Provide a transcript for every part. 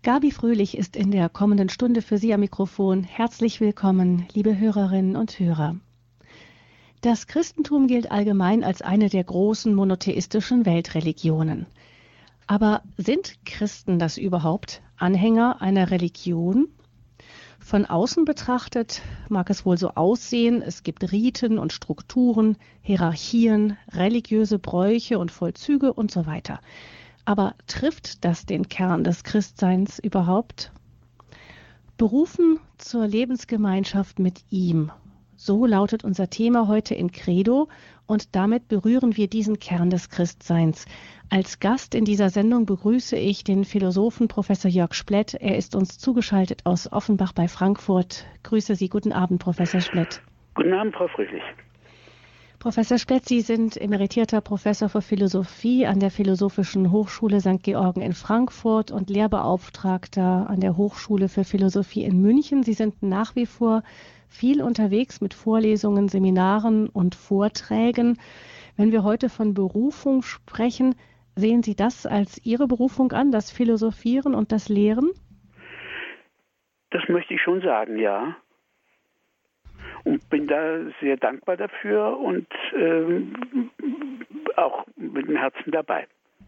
Gabi Fröhlich ist in der kommenden Stunde für Sie am Mikrofon. Herzlich willkommen, liebe Hörerinnen und Hörer. Das Christentum gilt allgemein als eine der großen monotheistischen Weltreligionen. Aber sind Christen das überhaupt? Anhänger einer Religion? Von außen betrachtet mag es wohl so aussehen, es gibt Riten und Strukturen, Hierarchien, religiöse Bräuche und Vollzüge und so weiter. Aber trifft das den Kern des Christseins überhaupt? Berufen zur Lebensgemeinschaft mit ihm. So lautet unser Thema heute in Credo und damit berühren wir diesen Kern des Christseins. Als Gast in dieser Sendung begrüße ich den Philosophen Professor Jörg Splett. Er ist uns zugeschaltet aus Offenbach bei Frankfurt. Grüße Sie. Guten Abend, Professor Splett. Guten Abend, Frau Fröhlich. Professor Splett, Sie sind emeritierter Professor für Philosophie an der Philosophischen Hochschule St. Georgen in Frankfurt und Lehrbeauftragter an der Hochschule für Philosophie in München. Sie sind nach wie vor viel unterwegs mit Vorlesungen, Seminaren und Vorträgen. Wenn wir heute von Berufung sprechen, sehen Sie das als Ihre Berufung an, das Philosophieren und das Lehren? Das möchte ich schon sagen, ja. Und bin da sehr dankbar dafür und auch mit dem Herzen dabei.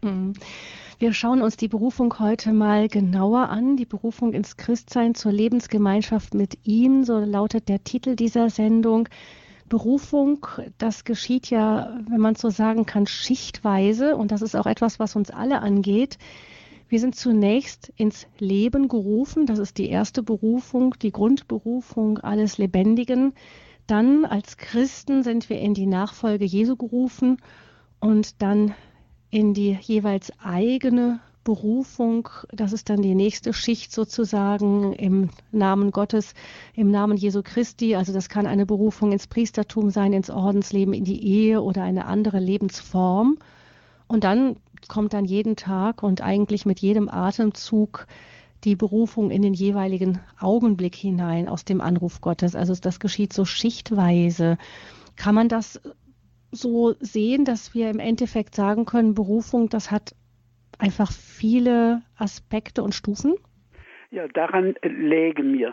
Wir schauen uns die Berufung heute mal genauer an, die Berufung ins Christsein zur Lebensgemeinschaft mit ihm, so lautet der Titel dieser Sendung. Berufung, das geschieht ja, wenn man so sagen kann, schichtweise und das ist auch etwas, was uns alle angeht. Wir sind zunächst ins Leben gerufen, das ist die erste Berufung, die Grundberufung alles Lebendigen. Dann als Christen sind wir in die Nachfolge Jesu gerufen und dann in die jeweils eigene Berufung, das ist dann die nächste Schicht sozusagen im Namen Gottes, im Namen Jesu Christi. Also das kann eine Berufung ins Priestertum sein, ins Ordensleben, in die Ehe oder eine andere Lebensform. Und dann kommt dann jeden Tag und eigentlich mit jedem Atemzug die Berufung in den jeweiligen Augenblick hinein aus dem Anruf Gottes. Also das geschieht so schichtweise. Kann man das so sehen, dass wir im Endeffekt sagen können, Berufung, das hat einfach viele Aspekte und Stufen? Ja, daran läge mir.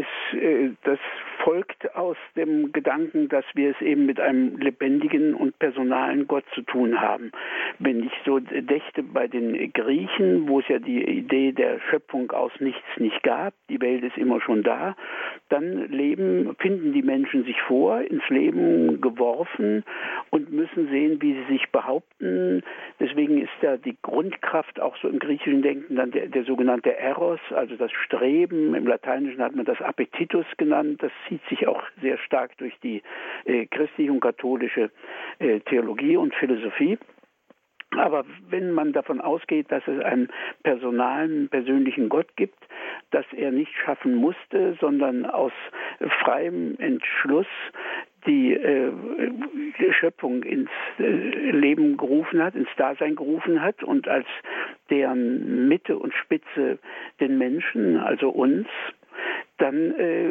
Das folgt aus dem Gedanken, dass wir es eben mit einem lebendigen und personalen Gott zu tun haben. Wenn ich so dächte bei den Griechen, wo es ja die Idee der Schöpfung aus nichts nicht gab, die Welt ist immer schon da, dann finden die Menschen sich vor, ins Leben geworfen und müssen sehen, wie sie sich behaupten. Deswegen ist ja die Grundkraft auch so im griechischen Denken dann der sogenannte Eros, also das Streben. Im Lateinischen hat man das Appetitus genannt. Das zieht sich auch sehr stark durch die christliche und katholische Theologie und Philosophie. Aber wenn man davon ausgeht, dass es einen persönlichen Gott gibt, dass er nicht schaffen musste, sondern aus freiem Entschluss die Schöpfung ins Leben gerufen hat, ins Dasein gerufen hat und als deren Mitte und Spitze den Menschen, also uns, dann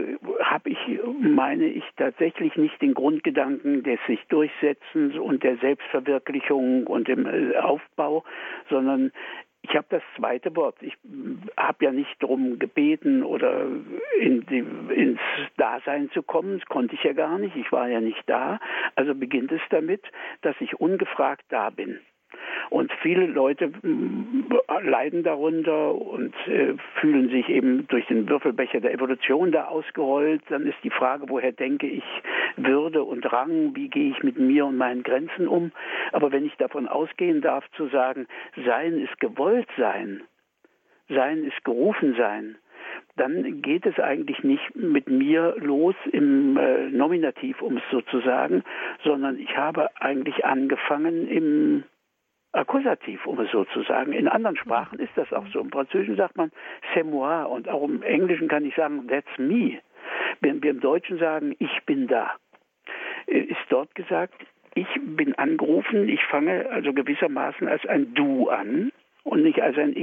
meine ich tatsächlich nicht den Grundgedanken des sich Durchsetzens und der Selbstverwirklichung und dem Aufbau, sondern ich habe das zweite Wort. Ich habe ja nicht darum gebeten oder ins Dasein zu kommen. Das konnte ich ja gar nicht. Ich war ja nicht da. Also beginnt es damit, dass ich ungefragt da bin. Und viele Leute leiden darunter und fühlen sich eben durch den Würfelbecher der Evolution da ausgerollt. Dann ist die Frage, woher denke ich Würde und Rang, wie gehe ich mit mir und meinen Grenzen um. Aber wenn ich davon ausgehen darf zu sagen, Sein ist gewollt sein, Sein ist gerufen sein, dann geht es eigentlich nicht mit mir los im Nominativ, um es so zu sagen, sondern ich habe eigentlich angefangen im Akkusativ, um es so zu sagen. In anderen Sprachen ist das auch so. Im Französischen sagt man c'est moi und auch im Englischen kann ich sagen that's me. Wenn wir im Deutschen sagen ich bin da, ist dort gesagt, ich bin angerufen, ich fange also gewissermaßen als ein Du an und nicht als ein Ich.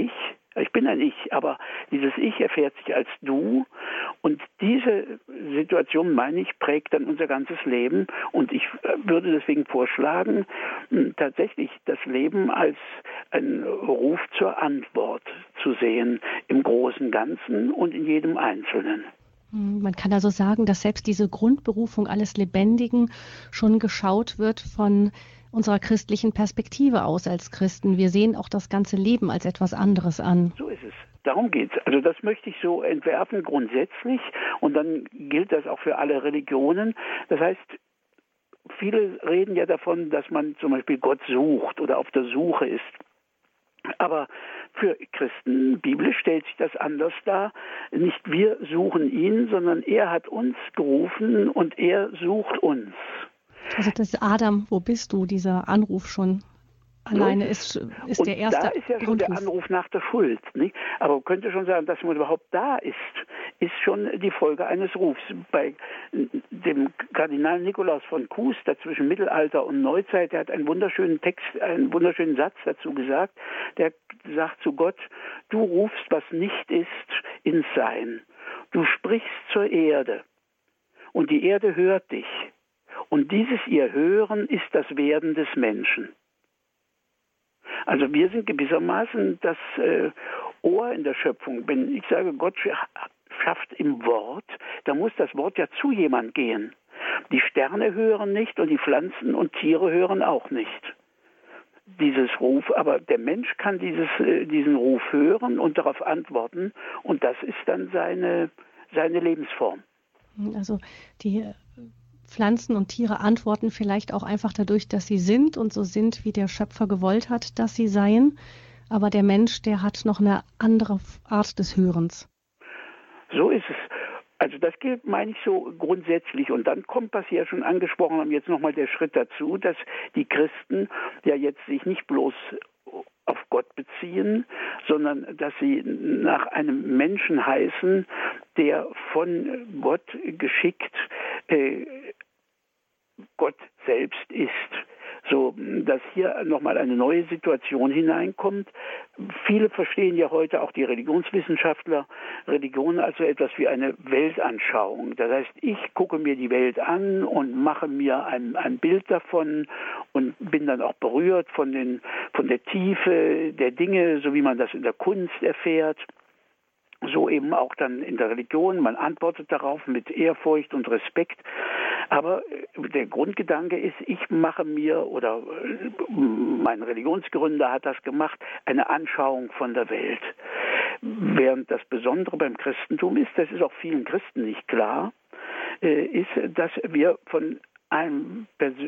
Ich bin ein Ich, aber dieses Ich erfährt sich als Du und diese Situation, meine ich, prägt dann unser ganzes Leben und ich würde deswegen vorschlagen, tatsächlich das Leben als einen Ruf zur Antwort zu sehen, im großen Ganzen und in jedem Einzelnen. Man kann also sagen, dass selbst diese Grundberufung alles Lebendigen schon geschaut wird von unserer christlichen Perspektive aus als Christen. Wir sehen auch das ganze Leben als etwas anderes an. So ist es. Darum geht's. Also das möchte ich so entwerfen grundsätzlich und dann gilt das auch für alle Religionen. Das heißt, viele reden ja davon, dass man zum Beispiel Gott sucht oder auf der Suche ist. Aber für Christen, biblisch, stellt sich das anders dar. Nicht wir suchen ihn, sondern er hat uns gerufen und er sucht uns. Also das ist Adam, wo bist du? Dieser Anruf schon alleine ist der erste. Da ist ja schon Grundruf. der Anruf nach der Schuld. Nicht? Aber man könnte schon sagen, dass man überhaupt da ist schon die Folge eines Rufs. Bei dem Kardinal Nikolaus von Kues, der zwischen Mittelalter und Neuzeit, der hat einen wunderschönen Text, einen wunderschönen Satz dazu gesagt. Der sagt zu Gott: Du rufst, was nicht ist, ins Sein. Du sprichst zur Erde und die Erde hört dich. Und dieses ihr Hören ist das Werden des Menschen. Also wir sind gewissermaßen das Ohr in der Schöpfung. Wenn ich sage, Gott schafft im Wort, dann muss das Wort ja zu jemand gehen. Die Sterne hören nicht und die Pflanzen und Tiere hören auch nicht dieses Ruf, aber der Mensch kann diesen Ruf hören und darauf antworten und das ist dann seine Lebensform. Also die Pflanzen und Tiere antworten vielleicht auch einfach dadurch, dass sie sind und so sind, wie der Schöpfer gewollt hat, dass sie seien. Aber der Mensch, der hat noch eine andere Art des Hörens. So ist es. Also das gilt, meine ich, so grundsätzlich. Und dann kommt, was Sie ja schon angesprochen haben, jetzt nochmal der Schritt dazu, dass die Christen ja jetzt sich nicht bloß auf Gott beziehen, sondern dass sie nach einem Menschen heißen, der von Gott geschickt Gott selbst ist. So, dass hier nochmal eine neue Situation hineinkommt. Viele verstehen ja heute, auch die Religionswissenschaftler, Religion als so etwas wie eine Weltanschauung. Das heißt, ich gucke mir die Welt an und mache mir ein Bild davon und bin dann auch berührt von der Tiefe der Dinge, so wie man das in der Kunst erfährt. So eben auch dann in der Religion. Man antwortet darauf mit Ehrfurcht und Respekt. Aber der Grundgedanke ist, ich mache mir, oder mein Religionsgründer hat das gemacht, eine Anschauung von der Welt. Während das Besondere beim Christentum ist, das ist auch vielen Christen nicht klar, ist, dass wir von einem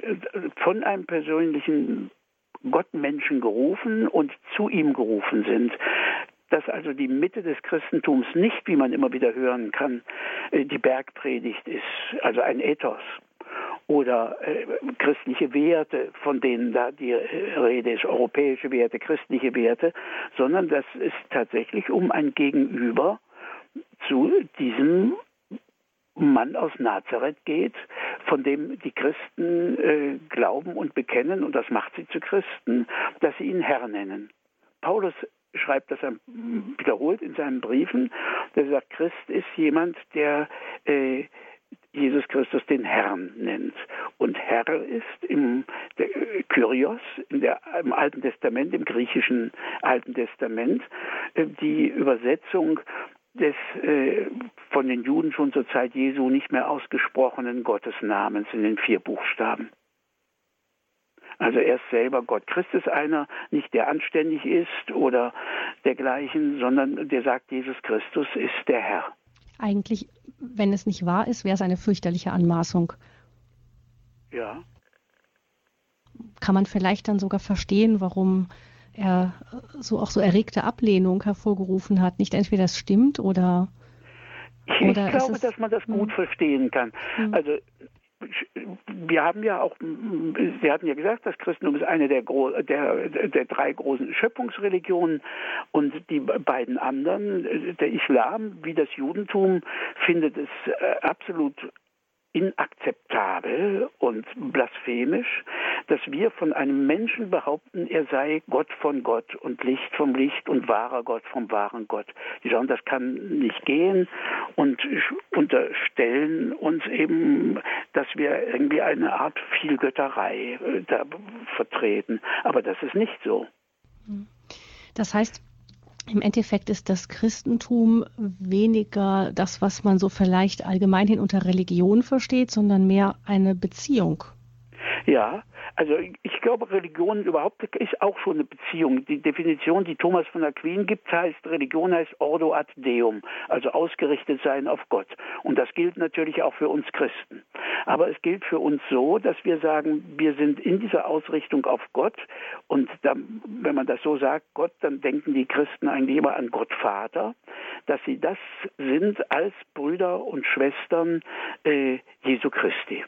persönlichen Gottmenschen gerufen und zu ihm gerufen sind. Dass also die Mitte des Christentums nicht, wie man immer wieder hören kann, die Bergpredigt ist, also ein Ethos oder christliche Werte, von denen da die Rede ist, europäische Werte, christliche Werte, sondern dass es tatsächlich um ein Gegenüber zu diesem Mann aus Nazareth geht, von dem die Christen glauben und bekennen, und das macht sie zu Christen, dass sie ihn Herr nennen. Paulus schreibt das wiederholt in seinen Briefen, der sagt, Christ ist jemand, der Jesus Christus den Herrn nennt. Und Herr ist der Kyrios im Alten Testament, im griechischen Alten Testament, die Übersetzung des von den Juden schon zur Zeit Jesu nicht mehr ausgesprochenen Gottesnamens in den 4 Buchstaben. Also er ist selber Gott. Christus einer, nicht der anständig ist oder dergleichen, sondern der sagt, Jesus Christus ist der Herr. Eigentlich, wenn es nicht wahr ist, wäre es eine fürchterliche Anmaßung. Ja. Kann man vielleicht dann sogar verstehen, warum er auch so erregte Ablehnung hervorgerufen hat. Nicht entweder es stimmt oder ich glaube, dass man das gut verstehen kann. Also wir haben ja auch, Sie hatten ja gesagt, das Christentum ist eine der 3 großen Schöpfungsreligionen und die beiden anderen, der Islam wie das Judentum, findet es absolut inakzeptabel und blasphemisch, dass wir von einem Menschen behaupten, er sei Gott von Gott und Licht vom Licht und wahrer Gott vom wahren Gott. Die sagen, das kann nicht gehen und unterstellen uns eben, dass wir irgendwie eine Art Vielgötterei da vertreten. Aber das ist nicht so. Das heißt, im Endeffekt ist das Christentum weniger das, was man so vielleicht allgemeinhin unter Religion versteht, sondern mehr eine Beziehung. Ja, also ich glaube, Religion überhaupt ist auch schon eine Beziehung. Die Definition, die Thomas von Aquin gibt, heißt, Religion heißt Ordo ad Deum, also ausgerichtet sein auf Gott. Und das gilt natürlich auch für uns Christen. Aber es gilt für uns so, dass wir sagen, wir sind in dieser Ausrichtung auf Gott. Und dann, wenn man das so sagt, Gott, dann denken die Christen eigentlich immer an Gott Vater, dass sie das sind als Brüder und Schwestern Jesu Christi.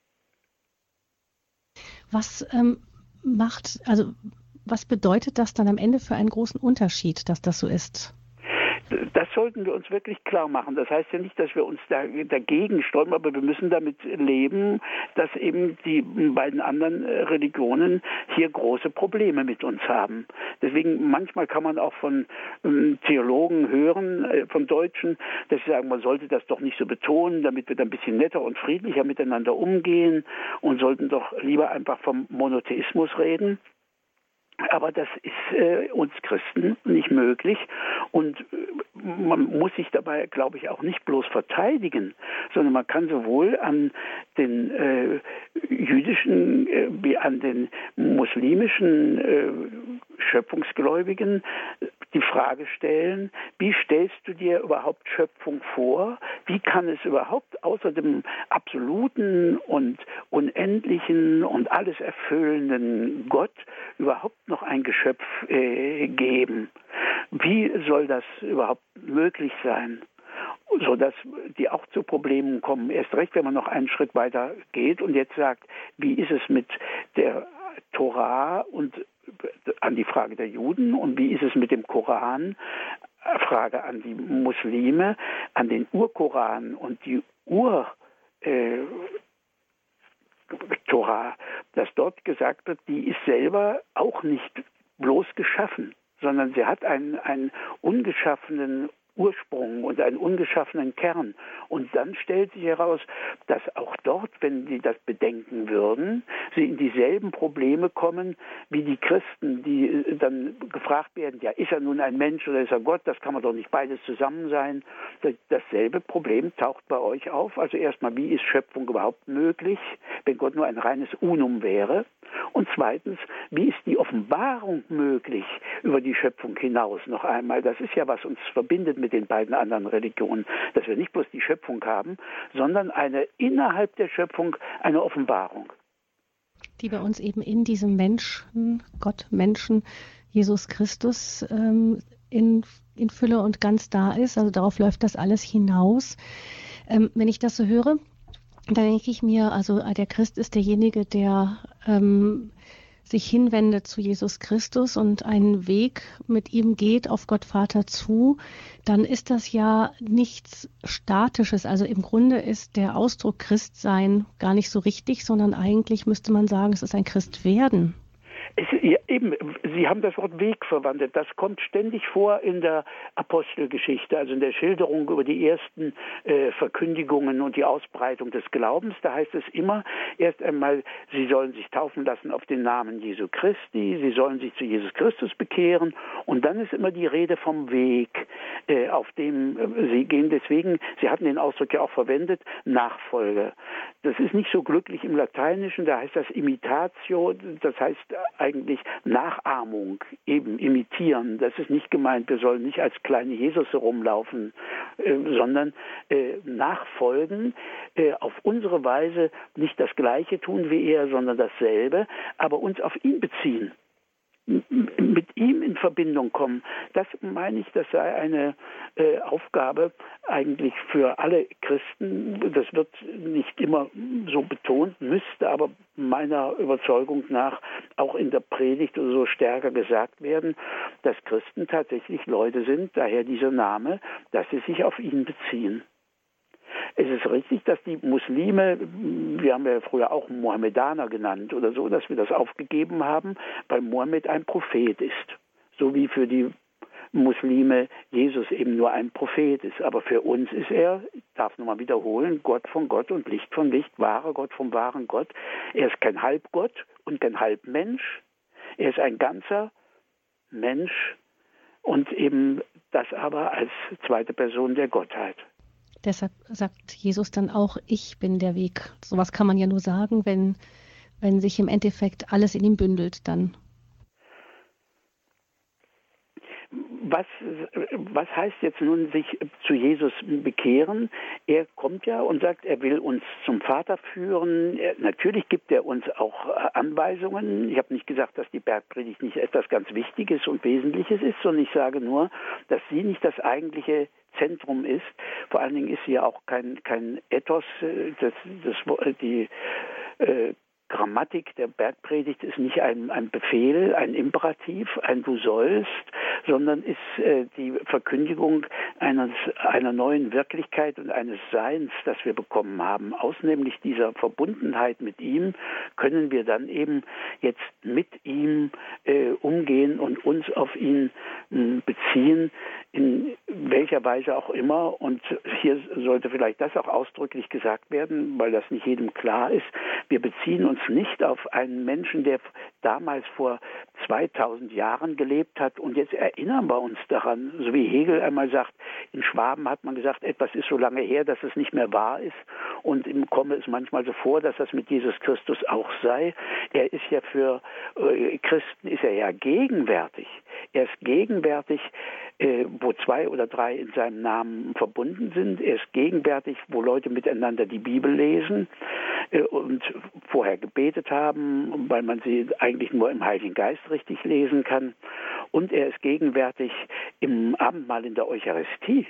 Was was bedeutet das dann am Ende für einen großen Unterschied, dass das so ist? Das sollten wir uns wirklich klar machen. Das heißt ja nicht, dass wir uns dagegen sträuben, aber wir müssen damit leben, dass eben die beiden anderen Religionen hier große Probleme mit uns haben. Deswegen manchmal kann man auch von Theologen hören, von Deutschen, dass sie sagen, man sollte das doch nicht so betonen, damit wir dann ein bisschen netter und friedlicher miteinander umgehen und sollten doch lieber einfach vom Monotheismus reden. Aber das ist uns Christen nicht möglich und man muss sich dabei, glaube ich, auch nicht bloß verteidigen, sondern man kann sowohl an den jüdischen wie an den muslimischen Schöpfungsgläubigen die Frage stellen, wie stellst du dir überhaupt Schöpfung vor? Wie kann es überhaupt außer dem absoluten und unendlichen und alles erfüllenden Gott überhaupt noch ein Geschöpf geben? Wie soll das überhaupt möglich sein? Sodass die auch zu Problemen kommen. Erst recht, wenn man noch einen Schritt weiter geht und jetzt sagt, wie ist es mit der Torah und an die Frage der Juden und wie ist es mit dem Koran, Frage an die Muslime, an den Urkoran und die Torah, dass dort gesagt wird, die ist selber auch nicht bloß geschaffen, sondern sie hat einen ungeschaffenen Ursprung und einen ungeschaffenen Kern. Und dann stellt sich heraus, dass auch dort, wenn sie das bedenken würden, sie in dieselben Probleme kommen wie die Christen, die dann gefragt werden, ja, ist er nun ein Mensch oder ist er Gott? Das kann man doch nicht beides zusammen sein. Dasselbe Problem taucht bei euch auf. Also erstmal, wie ist Schöpfung überhaupt möglich, wenn Gott nur ein reines Unum wäre? Und zweitens, wie ist die Offenbarung möglich über die Schöpfung hinaus noch einmal? Das ist ja, was uns verbindet mit den beiden anderen Religionen, dass wir nicht bloß die Schöpfung haben, sondern innerhalb der Schöpfung eine Offenbarung. Die bei uns eben in diesem Menschen, Gott, Menschen, Jesus Christus in Fülle und ganz da ist. Also darauf läuft das alles hinaus. Wenn ich das so höre, dann denke ich mir, also der Christ ist derjenige, der sich hinwendet zu Jesus Christus und einen Weg mit ihm geht auf Gott Vater zu, dann ist das ja nichts Statisches. Also im Grunde ist der Ausdruck Christsein gar nicht so richtig, sondern eigentlich müsste man sagen, es ist ein Christwerden. Ja, eben, Sie haben das Wort Weg verwandelt. Das kommt ständig vor in der Apostelgeschichte, also in der Schilderung über die ersten Verkündigungen und die Ausbreitung des Glaubens. Da heißt es immer, erst einmal, Sie sollen sich taufen lassen auf den Namen Jesu Christi, Sie sollen sich zu Jesus Christus bekehren und dann ist immer die Rede vom Weg, auf dem Sie gehen. Deswegen, Sie hatten den Ausdruck ja auch verwendet, Nachfolge. Das ist nicht so glücklich im Lateinischen, da heißt das Imitatio, das heißt eigentlich Nachahmung, eben imitieren. Das ist nicht gemeint, wir sollen nicht als kleine Jesus herumlaufen, sondern nachfolgen, auf unsere Weise nicht das Gleiche tun wie er, sondern dasselbe, aber uns auf ihn beziehen. Mit ihm in Verbindung kommen. Das meine ich, das sei eine Aufgabe eigentlich für alle Christen. Das wird nicht immer so betont, müsste aber meiner Überzeugung nach auch in der Predigt oder so stärker gesagt werden, dass Christen tatsächlich Leute sind, daher dieser Name, dass sie sich auf ihn beziehen. Es ist richtig, dass die Muslime, wir haben ja früher auch Mohammedaner genannt oder so, dass wir das aufgegeben haben, weil Mohammed ein Prophet ist. So wie für die Muslime Jesus eben nur ein Prophet ist. Aber für uns ist er, ich darf nochmal wiederholen, Gott von Gott und Licht von Licht, wahrer Gott vom wahren Gott. Er ist kein Halbgott und kein Halbmensch. Er ist ein ganzer Mensch und eben das aber als zweite Person der Gottheit. Deshalb sagt Jesus dann auch, ich bin der Weg. Sowas kann man ja nur sagen, wenn sich im Endeffekt alles in ihm bündelt dann. Was heißt jetzt nun, sich zu Jesus bekehren? Er kommt ja und sagt, er will uns zum Vater führen. Natürlich gibt er uns auch Anweisungen. Ich habe nicht gesagt, dass die Bergpredigt nicht etwas ganz Wichtiges und Wesentliches ist, sondern ich sage nur, dass sie nicht das eigentliche Zentrum ist. Vor allen Dingen ist sie ja auch kein Ethos, die Grammatik der Bergpredigt ist nicht ein Befehl, ein Imperativ, ein Du sollst, sondern ist die Verkündigung einer neuen Wirklichkeit und eines Seins, das wir bekommen haben. Aus nämlich dieser Verbundenheit mit ihm können wir dann eben jetzt mit ihm umgehen und uns auf ihn beziehen, in welcher Weise auch immer. Und hier sollte vielleicht das auch ausdrücklich gesagt werden, weil das nicht jedem klar ist. Wir beziehen uns nicht auf einen Menschen, der damals vor 2000 Jahren gelebt hat und jetzt erinnern wir uns daran, so wie Hegel einmal sagt, in Schwaben hat man gesagt, etwas ist so lange her, dass es nicht mehr wahr ist und im komme es manchmal so vor, dass das mit Jesus Christus auch sei. Er ist ja für Christen ist er ja gegenwärtig. Er ist gegenwärtig, wo 2 oder 3 in seinem Namen verbunden sind. Er ist gegenwärtig, wo Leute miteinander die Bibel lesen und vorher gebetet haben, weil man sie eigentlich nur im Heiligen Geist richtig lesen kann. Und er ist gegenwärtig im Abendmahl in der Eucharistie.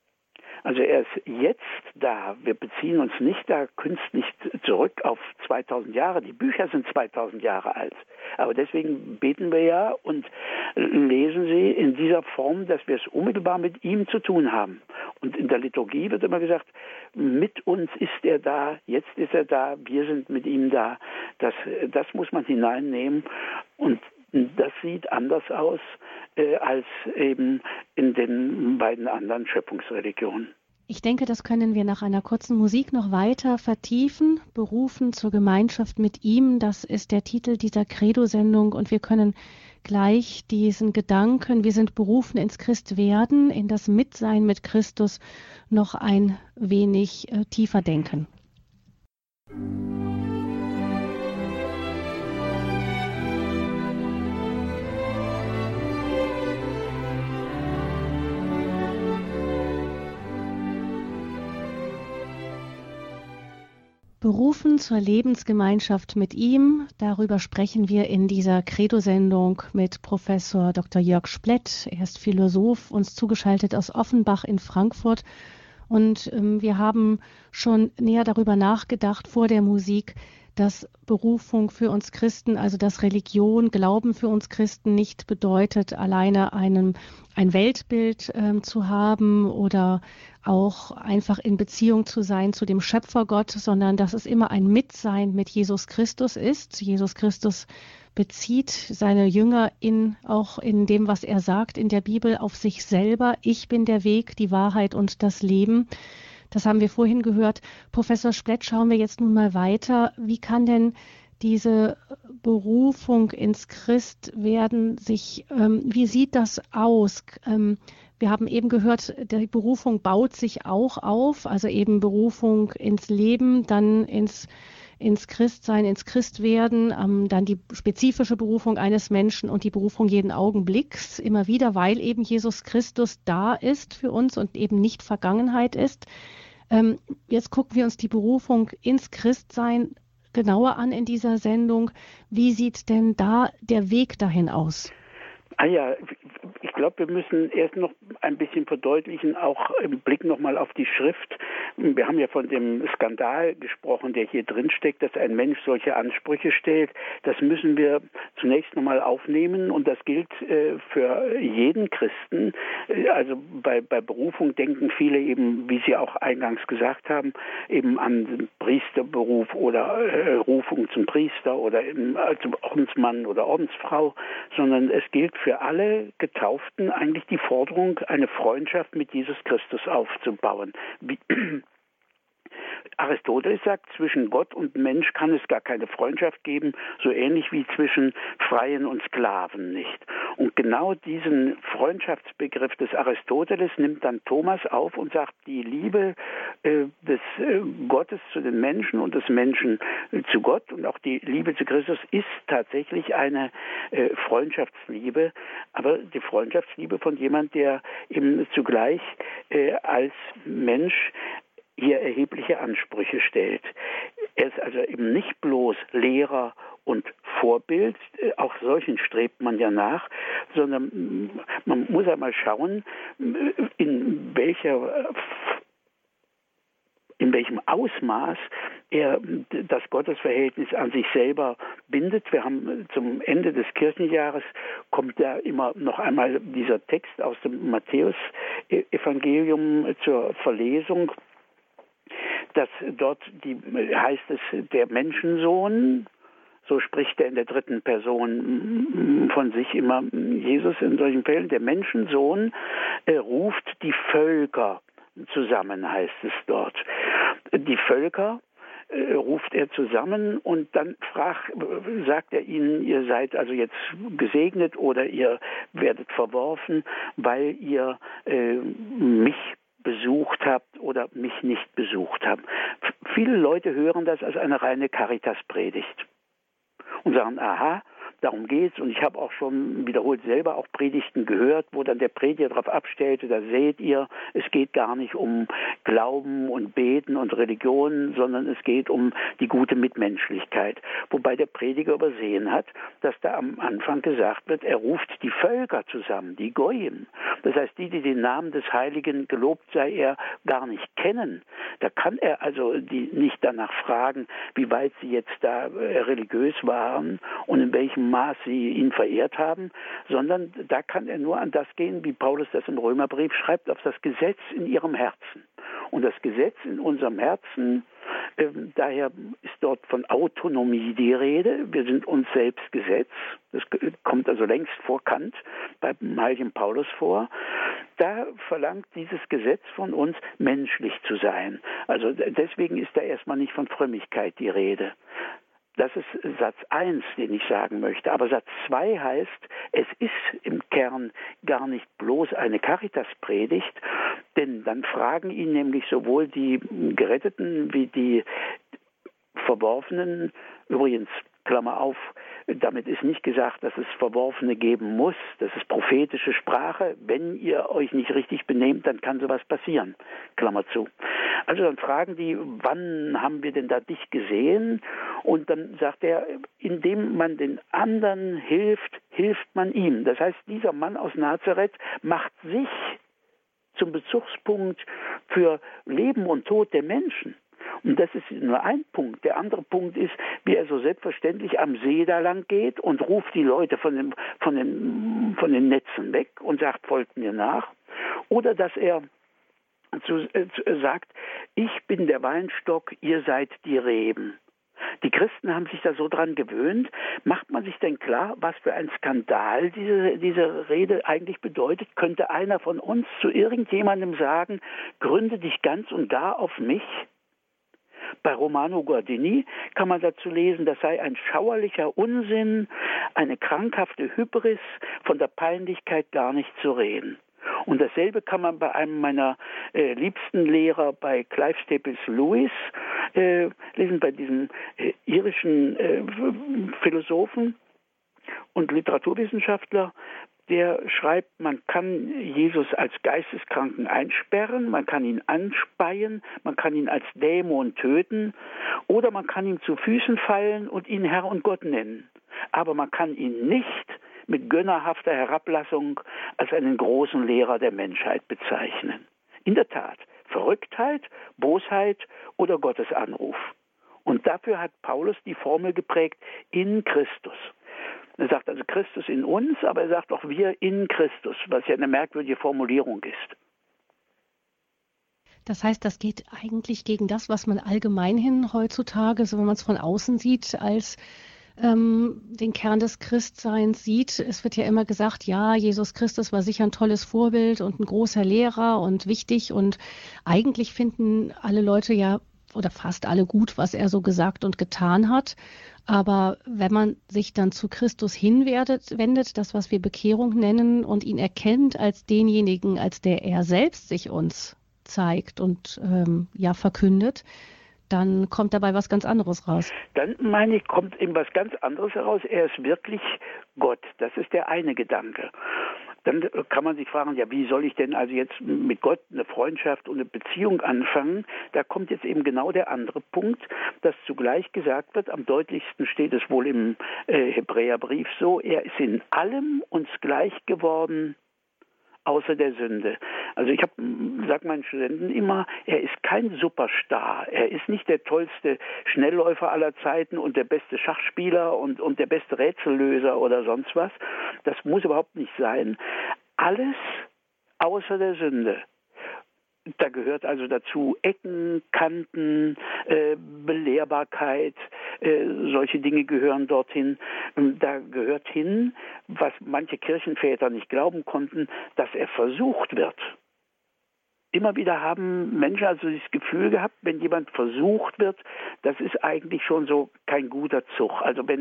Also er ist jetzt da. Wir beziehen uns nicht da künstlich zurück auf 2000 Jahre. Die Bücher sind 2000 Jahre alt. Aber deswegen beten wir ja und lesen sie in dieser Form, dass wir es unmittelbar mit ihm zu tun haben. Und in der Liturgie wird immer gesagt, mit uns ist er da, jetzt ist er da, wir sind mit ihm da. Das muss man hineinnehmen. Und das sieht anders aus als eben in den beiden anderen Schöpfungsreligionen. Ich denke, das können wir nach einer kurzen Musik noch weiter vertiefen. Berufen zur Gemeinschaft mit ihm, das ist der Titel dieser Credo-Sendung. Und wir können gleich diesen Gedanken, wir sind berufen ins Christwerden, in das Mitsein mit Christus, noch ein wenig tiefer denken. Berufen zur Lebensgemeinschaft mit ihm, darüber sprechen wir in dieser Credo-Sendung mit Professor Dr. Jörg Splett. Er ist Philosoph, uns zugeschaltet aus Offenbach in Frankfurt. Und wir haben schon näher darüber nachgedacht vor der Musik, dass Berufung für uns Christen, also dass Religion, Glauben für uns Christen nicht bedeutet, alleine ein Weltbild zu haben oder auch einfach in Beziehung zu sein zu dem Schöpfergott, sondern dass es immer ein Mitsein mit Jesus Christus ist. Jesus Christus bezieht seine Jünger auch in dem, was er sagt in der Bibel, auf sich selber. Ich bin der Weg, die Wahrheit und das Leben. Das haben wir vorhin gehört. Professor Splett, schauen wir jetzt nun mal weiter. Wie kann denn diese Berufung ins Christwerden wie sieht das aus? Wir haben eben gehört, die Berufung baut sich auch auf, also eben Berufung ins Leben, dann ins Christsein, ins Christwerden, dann die spezifische Berufung eines Menschen und die Berufung jeden Augenblicks, immer wieder, weil eben Jesus Christus da ist für uns und eben nicht Vergangenheit ist. Jetzt gucken wir uns die Berufung ins Christsein genauer an in dieser Sendung. Wie sieht denn da der Weg dahin aus? Ich glaube, wir müssen erst noch ein bisschen verdeutlichen, auch im Blick nochmal auf die Schrift, wir haben ja von dem Skandal gesprochen, der hier drin steckt, dass ein Mensch solche Ansprüche stellt. Das müssen wir zunächst nochmal aufnehmen und das gilt für jeden Christen. Also bei Berufung denken viele eben, wie Sie auch eingangs gesagt haben, eben an den Priesterberuf oder Rufung zum Priester oder zum Ordensmann oder Ordensfrau, sondern es gilt für alle Getauften eigentlich die Forderung, eine Freundschaft mit Jesus Christus aufzubauen. Aristoteles sagt, zwischen Gott und Mensch kann es gar keine Freundschaft geben, so ähnlich wie zwischen Freien und Sklaven nicht. Und genau diesen Freundschaftsbegriff des Aristoteles nimmt dann Thomas auf und sagt, die Liebe des Gottes zu den Menschen und des Menschen zu Gott und auch die Liebe zu Christus ist tatsächlich eine Freundschaftsliebe, aber die Freundschaftsliebe von jemand, der eben zugleich als Mensch hier erhebliche Ansprüche stellt. Er ist also eben nicht bloß Lehrer und Vorbild, auch solchen strebt man ja nach, sondern man muss einmal schauen, in welchem Ausmaß er das Gottesverhältnis an sich selber bindet. Wir haben zum Ende des Kirchenjahres kommt da immer noch einmal dieser Text aus dem Matthäus-Evangelium zur Verlesung, dass dort heißt es, der Menschensohn, so spricht er in der dritten Person von sich immer, Jesus in solchen Fällen, der Menschensohn ruft die Völker zusammen, heißt es dort. Die Völker ruft er zusammen und dann sagt er ihnen, ihr seid also jetzt gesegnet oder ihr werdet verworfen, weil ihr mich besucht habt oder mich nicht besucht habt. Viele Leute hören das als eine reine Caritas-Predigt und sagen, aha, darum geht's. Und ich habe auch schon wiederholt selber auch Predigten gehört, wo dann der Prediger darauf abstellte, da seht ihr, es geht gar nicht um Glauben und Beten und Religion, sondern es geht um die gute Mitmenschlichkeit. Wobei der Prediger übersehen hat, dass da am Anfang gesagt wird, er ruft die Völker zusammen, die Goyim. Das heißt, die den Namen des Heiligen, gelobt sei er, gar nicht kennen. Da kann er also die nicht danach fragen, wie weit sie jetzt da religiös waren und in welchem Maß sie ihn verehrt haben, sondern da kann er nur an das gehen, wie Paulus das im Römerbrief schreibt, auf das Gesetz in ihrem Herzen. Und das Gesetz in unserem Herzen, daher ist dort von Autonomie die Rede. Wir sind uns selbst Gesetz. Das kommt also längst vor Kant beim heiligen Paulus vor. Da verlangt dieses Gesetz von uns, menschlich zu sein. Also deswegen ist da erstmal nicht von Frömmigkeit die Rede. Das ist Satz 1, den ich sagen möchte. Aber Satz 2 heißt, es ist im Kern gar nicht bloß eine Caritas-Predigt, denn dann fragen ihn nämlich sowohl die Geretteten wie die Verworfenen, übrigens, Klammer auf, damit ist nicht gesagt, dass es Verworfene geben muss. Das ist prophetische Sprache. Wenn ihr euch nicht richtig benehmt, dann kann sowas passieren. Klammer zu. Also dann fragen die, wann haben wir denn da dich gesehen? Und dann sagt er, indem man den anderen hilft, hilft man ihm. Das heißt, dieser Mann aus Nazareth macht sich zum Bezugspunkt für Leben und Tod der Menschen. Und das ist nur ein Punkt. Der andere Punkt ist, wie er so selbstverständlich am See da lang geht und ruft die Leute von den Netzen weg und sagt, folgt mir nach. Oder dass er sagt, ich bin der Weinstock, ihr seid die Reben. Die Christen haben sich da so dran gewöhnt. Macht man sich denn klar, was für ein Skandal diese Rede eigentlich bedeutet? Könnte einer von uns zu irgendjemandem sagen, gründe dich ganz und gar auf mich? Bei Romano Guardini kann man dazu lesen, das sei ein schauerlicher Unsinn, eine krankhafte Hybris, von der Peinlichkeit gar nicht zu reden. Und dasselbe kann man bei einem meiner liebsten Lehrer, bei Clive Staples Lewis, lesen, bei diesem irischen Philosophen und Literaturwissenschaftler. Der schreibt, man kann Jesus als Geisteskranken einsperren, man kann ihn anspeien, man kann ihn als Dämon töten oder man kann ihm zu Füßen fallen und ihn Herr und Gott nennen. Aber man kann ihn nicht mit gönnerhafter Herablassung als einen großen Lehrer der Menschheit bezeichnen. In der Tat, Verrücktheit, Bosheit Bosheit oder Gottes Anruf. Und dafür hat Paulus die Formel geprägt, in Christus. Er sagt also Christus in uns, aber er sagt auch wir in Christus, was ja eine merkwürdige Formulierung ist. Das heißt, das geht eigentlich gegen das, was man allgemeinhin heutzutage, so wenn man es von außen sieht, als den Kern des Christseins sieht. Es wird ja immer gesagt, ja, Jesus Christus war sicher ein tolles Vorbild und ein großer Lehrer und wichtig. Und eigentlich finden alle Leute ja, oder fast alle gut, was er so gesagt und getan hat. Aber wenn man sich dann zu Christus hinwendet, das, was wir Bekehrung nennen, und ihn erkennt als denjenigen, als der er selbst sich uns zeigt und verkündet, dann kommt dabei was ganz anderes raus. Dann, meine ich, kommt eben was ganz anderes heraus. Er ist wirklich Gott. Das ist der eine Gedanke. Dann kann man sich fragen, ja, wie soll ich denn also jetzt mit Gott eine Freundschaft und eine Beziehung anfangen? Da kommt jetzt eben genau der andere Punkt, dass zugleich gesagt wird, am deutlichsten steht es wohl im Hebräerbrief so, er ist in allem uns gleich geworden, außer der Sünde. Also ich sage meinen Studenten immer, er ist kein Superstar. Er ist nicht der tollste Schnellläufer aller Zeiten und der beste Schachspieler und der beste Rätsellöser oder sonst was. Das muss überhaupt nicht sein. Alles außer der Sünde. Da gehört also dazu Ecken, Kanten, Belehrbarkeit, solche Dinge gehören dorthin. Da gehört hin, was manche Kirchenväter nicht glauben konnten, dass er versucht wird. Immer wieder haben Menschen also das Gefühl gehabt, wenn jemand versucht wird, das ist eigentlich schon so kein guter Zug. Also wenn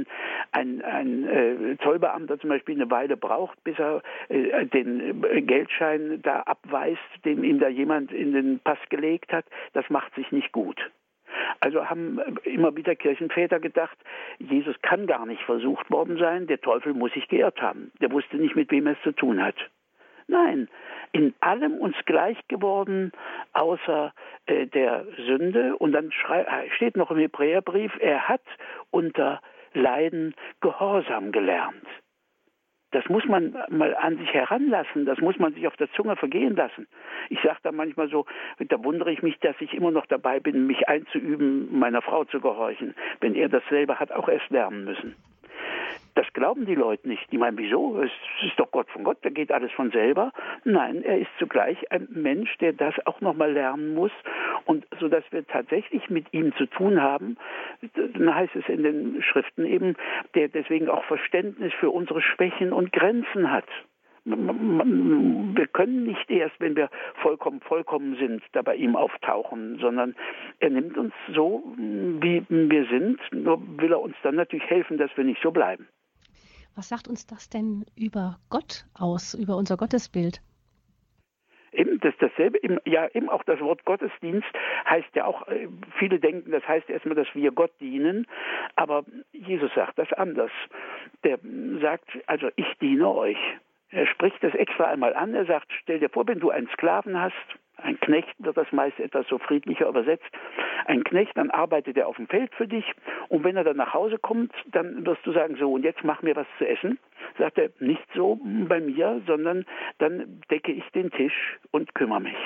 ein Zollbeamter zum Beispiel eine Weile braucht, bis er den Geldschein da abweist, den ihm da jemand in den Pass gelegt hat, das macht sich nicht gut. Also haben immer wieder Kirchenväter gedacht, Jesus kann gar nicht versucht worden sein, der Teufel muss sich geirrt haben. Der wusste nicht, mit wem er es zu tun hat. Nein, in allem uns gleich geworden, außer der Sünde. Und dann steht noch im Hebräerbrief, er hat unter Leiden Gehorsam gelernt. Das muss man mal an sich heranlassen, das muss man sich auf der Zunge vergehen lassen. Ich sage da manchmal so, da wundere ich mich, dass ich immer noch dabei bin, mich einzuüben, meiner Frau zu gehorchen, wenn er das selber hat auch erst lernen müssen. Das glauben die Leute nicht. Die meinen, wieso? Es ist doch Gott von Gott, da geht alles von selber. Nein, er ist zugleich ein Mensch, der das auch nochmal lernen muss. Und so dass wir tatsächlich mit ihm zu tun haben, dann heißt es in den Schriften eben, der deswegen auch Verständnis für unsere Schwächen und Grenzen hat. Wir können nicht erst, wenn wir vollkommen sind, da bei ihm auftauchen, sondern er nimmt uns so, wie wir sind, nur will er uns dann natürlich helfen, dass wir nicht so bleiben. Was sagt uns das denn über Gott aus, über unser Gottesbild? Eben dasselbe, eben auch das Wort Gottesdienst heißt ja auch, viele denken, das heißt erstmal, dass wir Gott dienen, aber Jesus sagt das anders. Der sagt, also ich diene euch. Er spricht das extra einmal an, er sagt, stell dir vor, wenn du einen Sklaven hast, ein Knecht wird das meist etwas so friedlicher übersetzt, ein Knecht, dann arbeitet er auf dem Feld für dich und wenn er dann nach Hause kommt, dann wirst du sagen, so und jetzt mach mir was zu essen. Sagt er, nicht so bei mir, sondern dann decke ich den Tisch und kümmere mich.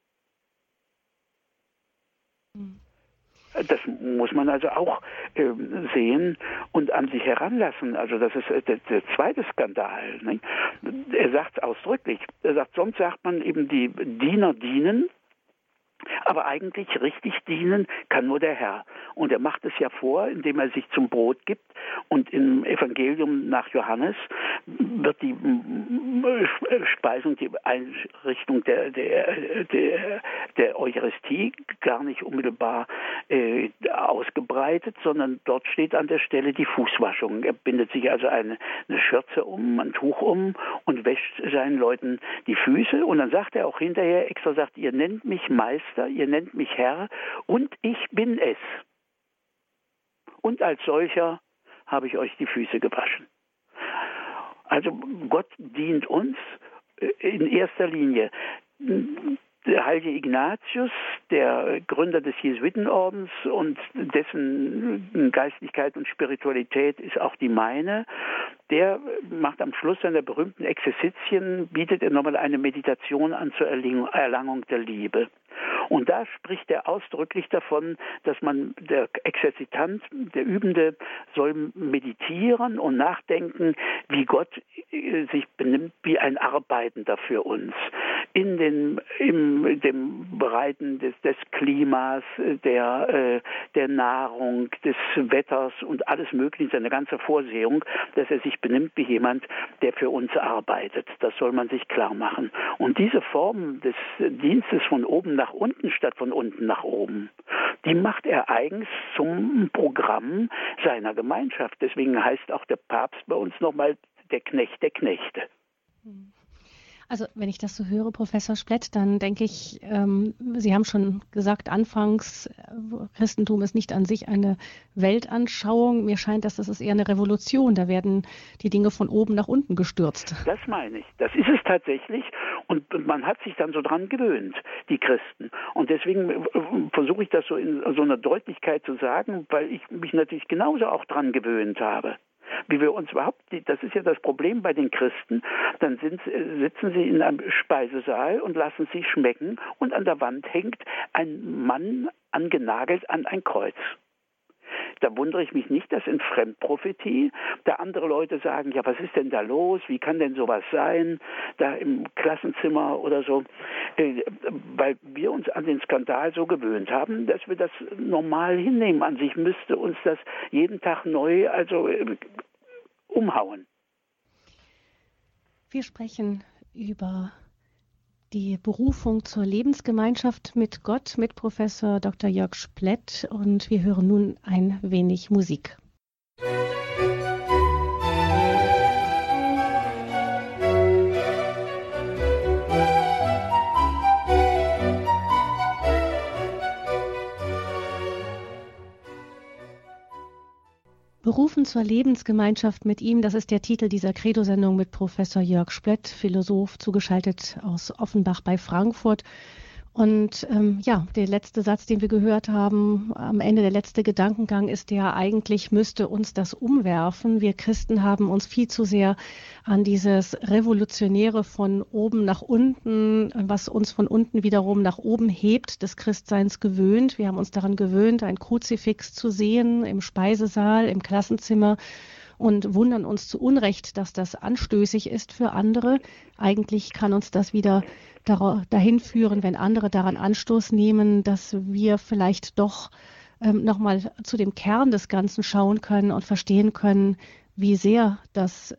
Das muss man also auch sehen und an sich heranlassen. Also das ist der zweite Skandal. Ne? Er sagt es ausdrücklich. Er sagt, sonst sagt man eben, die Diener dienen, aber eigentlich richtig dienen kann nur der Herr. Und er macht es ja vor, indem er sich zum Brot gibt. Und im Evangelium nach Johannes wird die Speisung, die Einrichtung der Eucharistie gar nicht unmittelbar ausgebreitet, sondern dort steht an der Stelle die Fußwaschung. Er bindet sich also eine Schürze um, ein Tuch um und wäscht seinen Leuten die Füße. Und dann sagt er auch hinterher extra, sagt, ihr nennt mich Meister, ihr nennt mich Herr und ich bin es. Und als solcher habe ich euch die Füße gewaschen. Also Gott dient uns in erster Linie. Der heilige Ignatius, der Gründer des Jesuitenordens und dessen Geistlichkeit und Spiritualität ist auch die meine, der macht am Schluss seiner berühmten Exerzitien, bietet er nochmal eine Meditation an zur Erlangung der Liebe. Und da spricht er ausdrücklich davon, dass der Exerzitant, der Übende, soll meditieren und nachdenken, wie Gott sich benimmt wie ein Arbeitender für uns. In dem Bereiten des Klimas, der Nahrung, des Wetters und alles Mögliche, seine ganze Vorsehung, dass er sich benimmt wie jemand, der für uns arbeitet. Das soll man sich klar machen. Und diese Form des Dienstes von oben nach unten statt von unten nach oben, die macht er eigens zum Programm seiner Gemeinschaft. Deswegen heißt auch der Papst bei uns nochmal der Knecht der Knechte. Also wenn ich das so höre, Professor Splett, dann denke ich, Sie haben schon gesagt, anfangs, Christentum ist nicht an sich eine Weltanschauung. Mir scheint, dass das ist eher eine Revolution. Da werden die Dinge von oben nach unten gestürzt. Das meine ich. Das ist es tatsächlich. Und man hat sich dann so dran gewöhnt, die Christen. Und deswegen versuche ich das so in so einer Deutlichkeit zu sagen, weil ich mich natürlich genauso auch dran gewöhnt habe. Wie wir uns überhaupt, das ist ja das Problem bei den Christen, dann sitzen sie in einem Speisesaal und lassen sich schmecken und an der Wand hängt ein Mann angenagelt an ein Kreuz. Da wundere ich mich nicht, dass in Fremdprophetie da andere Leute sagen, ja, was ist denn da los? Wie kann denn sowas sein? Da im Klassenzimmer oder so. Weil wir uns an den Skandal so gewöhnt haben, dass wir das normal hinnehmen. An sich müsste uns das jeden Tag neu umhauen. Wir sprechen über die Berufung zur Lebensgemeinschaft mit Gott mit Professor Dr. Jörg Splett und wir hören nun ein wenig Musik. Berufen zur Lebensgemeinschaft mit ihm, das ist der Titel dieser Credo-Sendung mit Professor Jörg Splett, Philosoph, zugeschaltet aus Offenbach bei Frankfurt. Und der letzte Satz, den wir gehört haben, am Ende der letzte Gedankengang ist der, eigentlich müsste uns das umwerfen. Wir Christen haben uns viel zu sehr an dieses Revolutionäre von oben nach unten, was uns von unten wiederum nach oben hebt, des Christseins gewöhnt. Wir haben uns daran gewöhnt, ein Kruzifix zu sehen im Speisesaal, im Klassenzimmer, und wundern uns zu Unrecht, dass das anstößig ist für andere. Eigentlich kann uns das wieder dahin führen, wenn andere daran Anstoß nehmen, dass wir vielleicht doch nochmal zu dem Kern des Ganzen schauen können und verstehen können, wie sehr das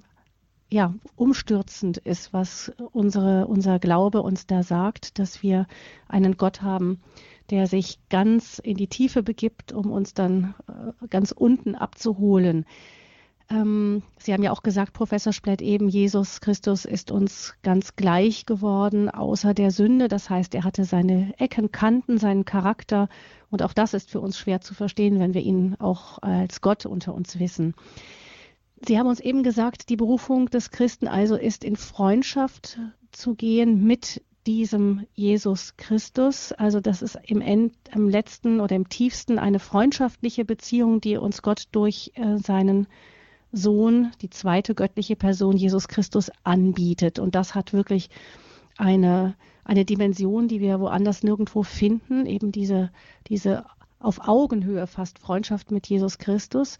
umstürzend ist, was unser Glaube uns da sagt, dass wir einen Gott haben, der sich ganz in die Tiefe begibt, um uns dann ganz unten abzuholen. Sie haben ja auch gesagt, Professor Splett, eben Jesus Christus ist uns ganz gleich geworden, außer der Sünde. Das heißt, er hatte seine Ecken, Kanten, seinen Charakter. Und auch das ist für uns schwer zu verstehen, wenn wir ihn auch als Gott unter uns wissen. Sie haben uns eben gesagt, die Berufung des Christen also ist, in Freundschaft zu gehen mit diesem Jesus Christus. Also das ist am letzten oder im tiefsten eine freundschaftliche Beziehung, die uns Gott durch seinen Sohn, die zweite göttliche Person, Jesus Christus, anbietet. Und das hat wirklich eine Dimension, die wir woanders nirgendwo finden, eben diese auf Augenhöhe fast Freundschaft mit Jesus Christus.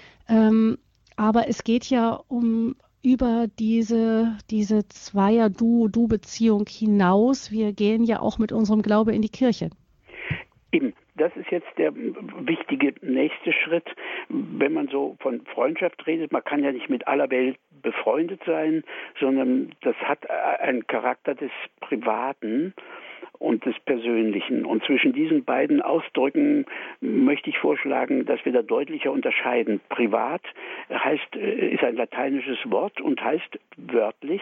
Aber es geht ja über diese Zweier-Du-Beziehung hinaus. Wir gehen ja auch mit unserem Glaube in die Kirche. Eben. Das ist jetzt der wichtige nächste Schritt, wenn man so von Freundschaft redet. Man kann ja nicht mit aller Welt befreundet sein, sondern das hat einen Charakter des Privaten und des Persönlichen. Und zwischen diesen beiden Ausdrücken möchte ich vorschlagen, dass wir da deutlicher unterscheiden. Privat ist ein lateinisches Wort und heißt wörtlich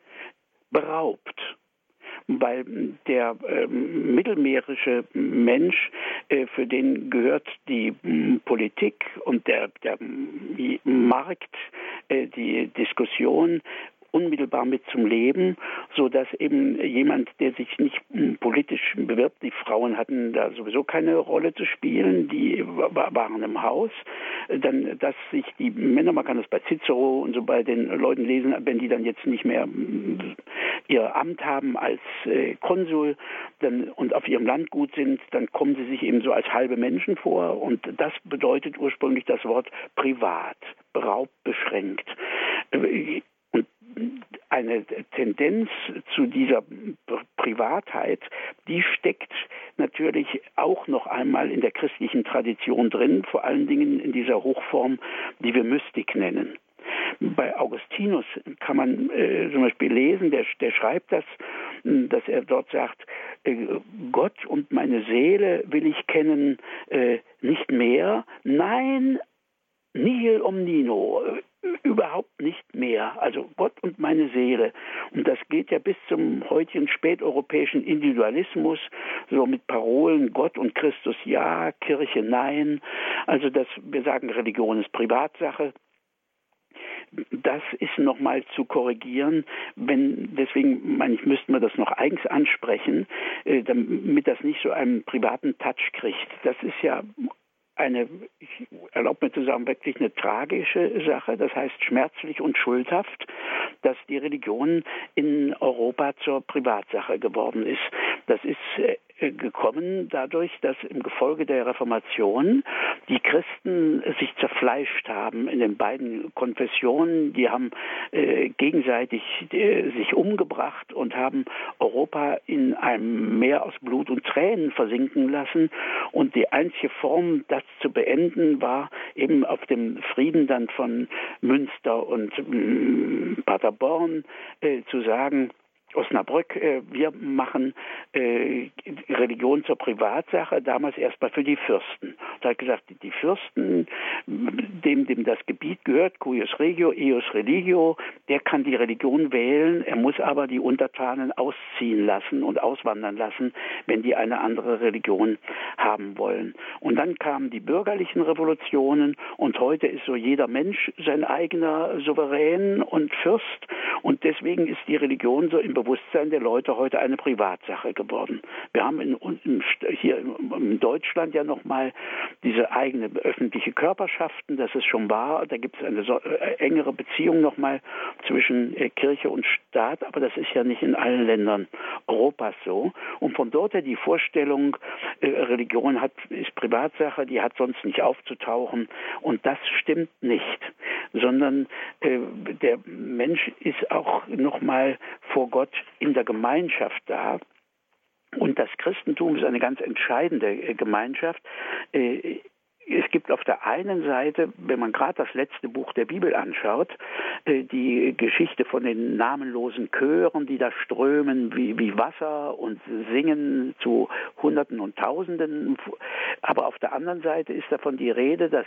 beraubt. Weil der mittelmeerische Mensch, für den gehört die Politik und der Markt, die Diskussion unmittelbar mit zum Leben, so dass eben jemand, der sich nicht politisch bewirbt, die Frauen hatten da sowieso keine Rolle zu spielen, die waren im Haus, dann, dass sich die Männer, man kann das bei Cicero und so bei den Leuten lesen, wenn die dann jetzt nicht mehr ihr Amt haben als Konsul dann, und auf ihrem Landgut sind, dann kommen sie sich eben so als halbe Menschen vor, und das bedeutet ursprünglich das Wort privat, beraubt, beschränkt. Und eine Tendenz zu dieser Privatheit, die steckt natürlich auch noch einmal in der christlichen Tradition drin, vor allen Dingen in dieser Hochform, die wir Mystik nennen. Bei Augustinus kann man zum Beispiel lesen, der schreibt das, dass er dort sagt, Gott und meine Seele will ich kennen, nicht mehr, nein, nihil omnino, überhaupt nicht mehr, also Gott und meine Seele. Und das geht ja bis zum heutigen späteuropäischen Individualismus, so mit Parolen Gott und Christus ja, Kirche nein, also dass wir sagen, Religion ist Privatsache. Das ist nochmal zu korrigieren, deswegen meine ich, müssten wir das noch eigens ansprechen, damit das nicht so einen privaten Touch kriegt. Das ist ja ich erlaube mir zu sagen, wirklich eine tragische Sache, das heißt schmerzlich und schuldhaft, dass die Religion in Europa zur Privatsache geworden ist. Das ist gekommen dadurch, dass im Gefolge der Reformation die Christen sich zerfleischt haben in den beiden Konfessionen. Die haben gegenseitig sich umgebracht und haben Europa in einem Meer aus Blut und Tränen versinken lassen. Und die einzige Form, das zu beenden, war eben auf dem Frieden dann von Münster und Paderborn zu sagen, Osnabrück, wir machen Religion zur Privatsache, damals erstmal für die Fürsten. Da hat gesagt, die Fürsten, dem das Gebiet gehört, cuius regio, eius religio, der kann die Religion wählen, er muss aber die Untertanen ausziehen lassen und auswandern lassen, wenn die eine andere Religion haben wollen. Und dann kamen die bürgerlichen Revolutionen, und heute ist so jeder Mensch sein eigener Souverän und Fürst, und deswegen ist die Religion so im Bewusstsein der Leute heute eine Privatsache geworden. Wir haben hier in Deutschland ja nochmal diese eigene öffentliche Körperschaften, das ist schon wahr, da gibt es eine engere Beziehung nochmal zwischen Kirche und Staat, aber das ist ja nicht in allen Ländern Europas so. Und von dort her die Vorstellung, Religion ist Privatsache, die hat sonst nicht aufzutauchen, und das stimmt nicht, sondern der Mensch ist auch nochmal vor Gott in der Gemeinschaft da. Und das Christentum ist eine ganz entscheidende Gemeinschaft. Es gibt auf der einen Seite, wenn man gerade das letzte Buch der Bibel anschaut, die Geschichte von den namenlosen Chören, die da strömen wie Wasser und singen zu Hunderten und Tausenden. Aber auf der anderen Seite ist davon die Rede, dass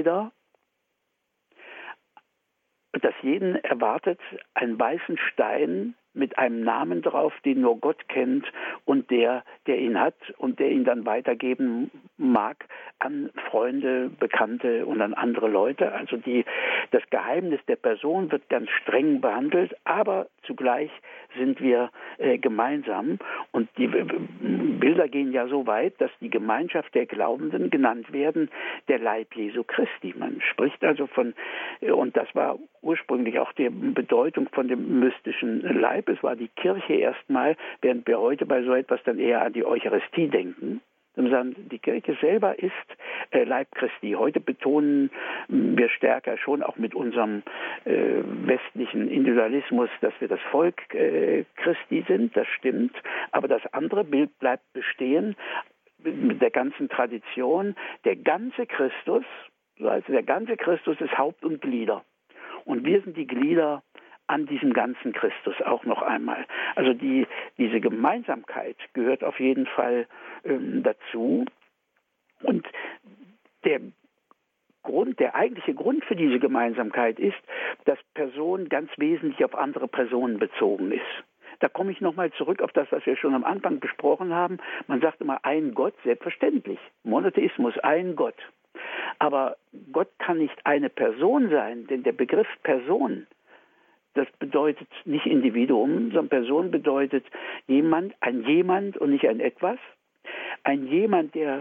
jeden erwartet einen weißen Stein mit einem Namen drauf, den nur Gott kennt, und der ihn hat und der ihn dann weitergeben mag an Freunde, Bekannte und an andere Leute. Also das Geheimnis der Person wird ganz streng behandelt, aber zugleich sind wir gemeinsam. Und die Bilder gehen ja so weit, dass die Gemeinschaft der Glaubenden genannt werden, der Leib Jesu Christi. Man spricht also und das war ursprünglich auch die Bedeutung von dem mystischen Leib. Es war die Kirche erstmal, während wir heute bei so etwas dann eher an die Eucharistie denken. Die Kirche selber ist Leib Christi. Heute betonen wir stärker schon auch mit unserem westlichen Individualismus, dass wir das Volk Christi sind, das stimmt. Aber das andere Bild bleibt bestehen mit der ganzen Tradition. Der ganze Christus ist Haupt und Glieder. Und wir sind die Glieder an diesem ganzen Christus auch noch einmal. Also diese Gemeinsamkeit gehört auf jeden Fall dazu. Und der eigentliche Grund für diese Gemeinsamkeit ist, dass Person ganz wesentlich auf andere Personen bezogen ist. Da komme ich nochmal zurück auf das, was wir schon am Anfang besprochen haben. Man sagt immer ein Gott, selbstverständlich. Monotheismus, ein Gott. Aber Gott kann nicht eine Person sein, denn der Begriff Person das bedeutet nicht Individuum, sondern Person bedeutet ein Jemand und nicht ein Etwas. Ein Jemand, der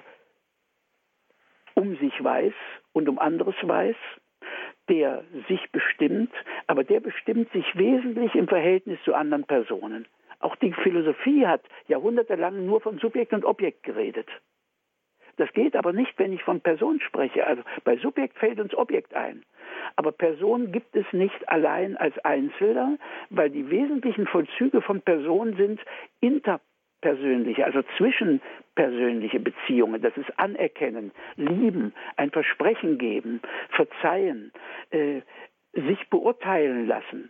um sich weiß und um anderes weiß, der sich bestimmt, aber der bestimmt sich wesentlich im Verhältnis zu anderen Personen. Auch die Philosophie hat jahrhundertelang nur von Subjekt und Objekt geredet. Das geht aber nicht, wenn ich von Person spreche. Also bei Subjekt fällt uns Objekt ein. Aber Person gibt es nicht allein als Einzelner, weil die wesentlichen Vollzüge von Person sind interpersönliche, also zwischenpersönliche Beziehungen. Das ist Anerkennen, Lieben, ein Versprechen geben, verzeihen, sich beurteilen lassen.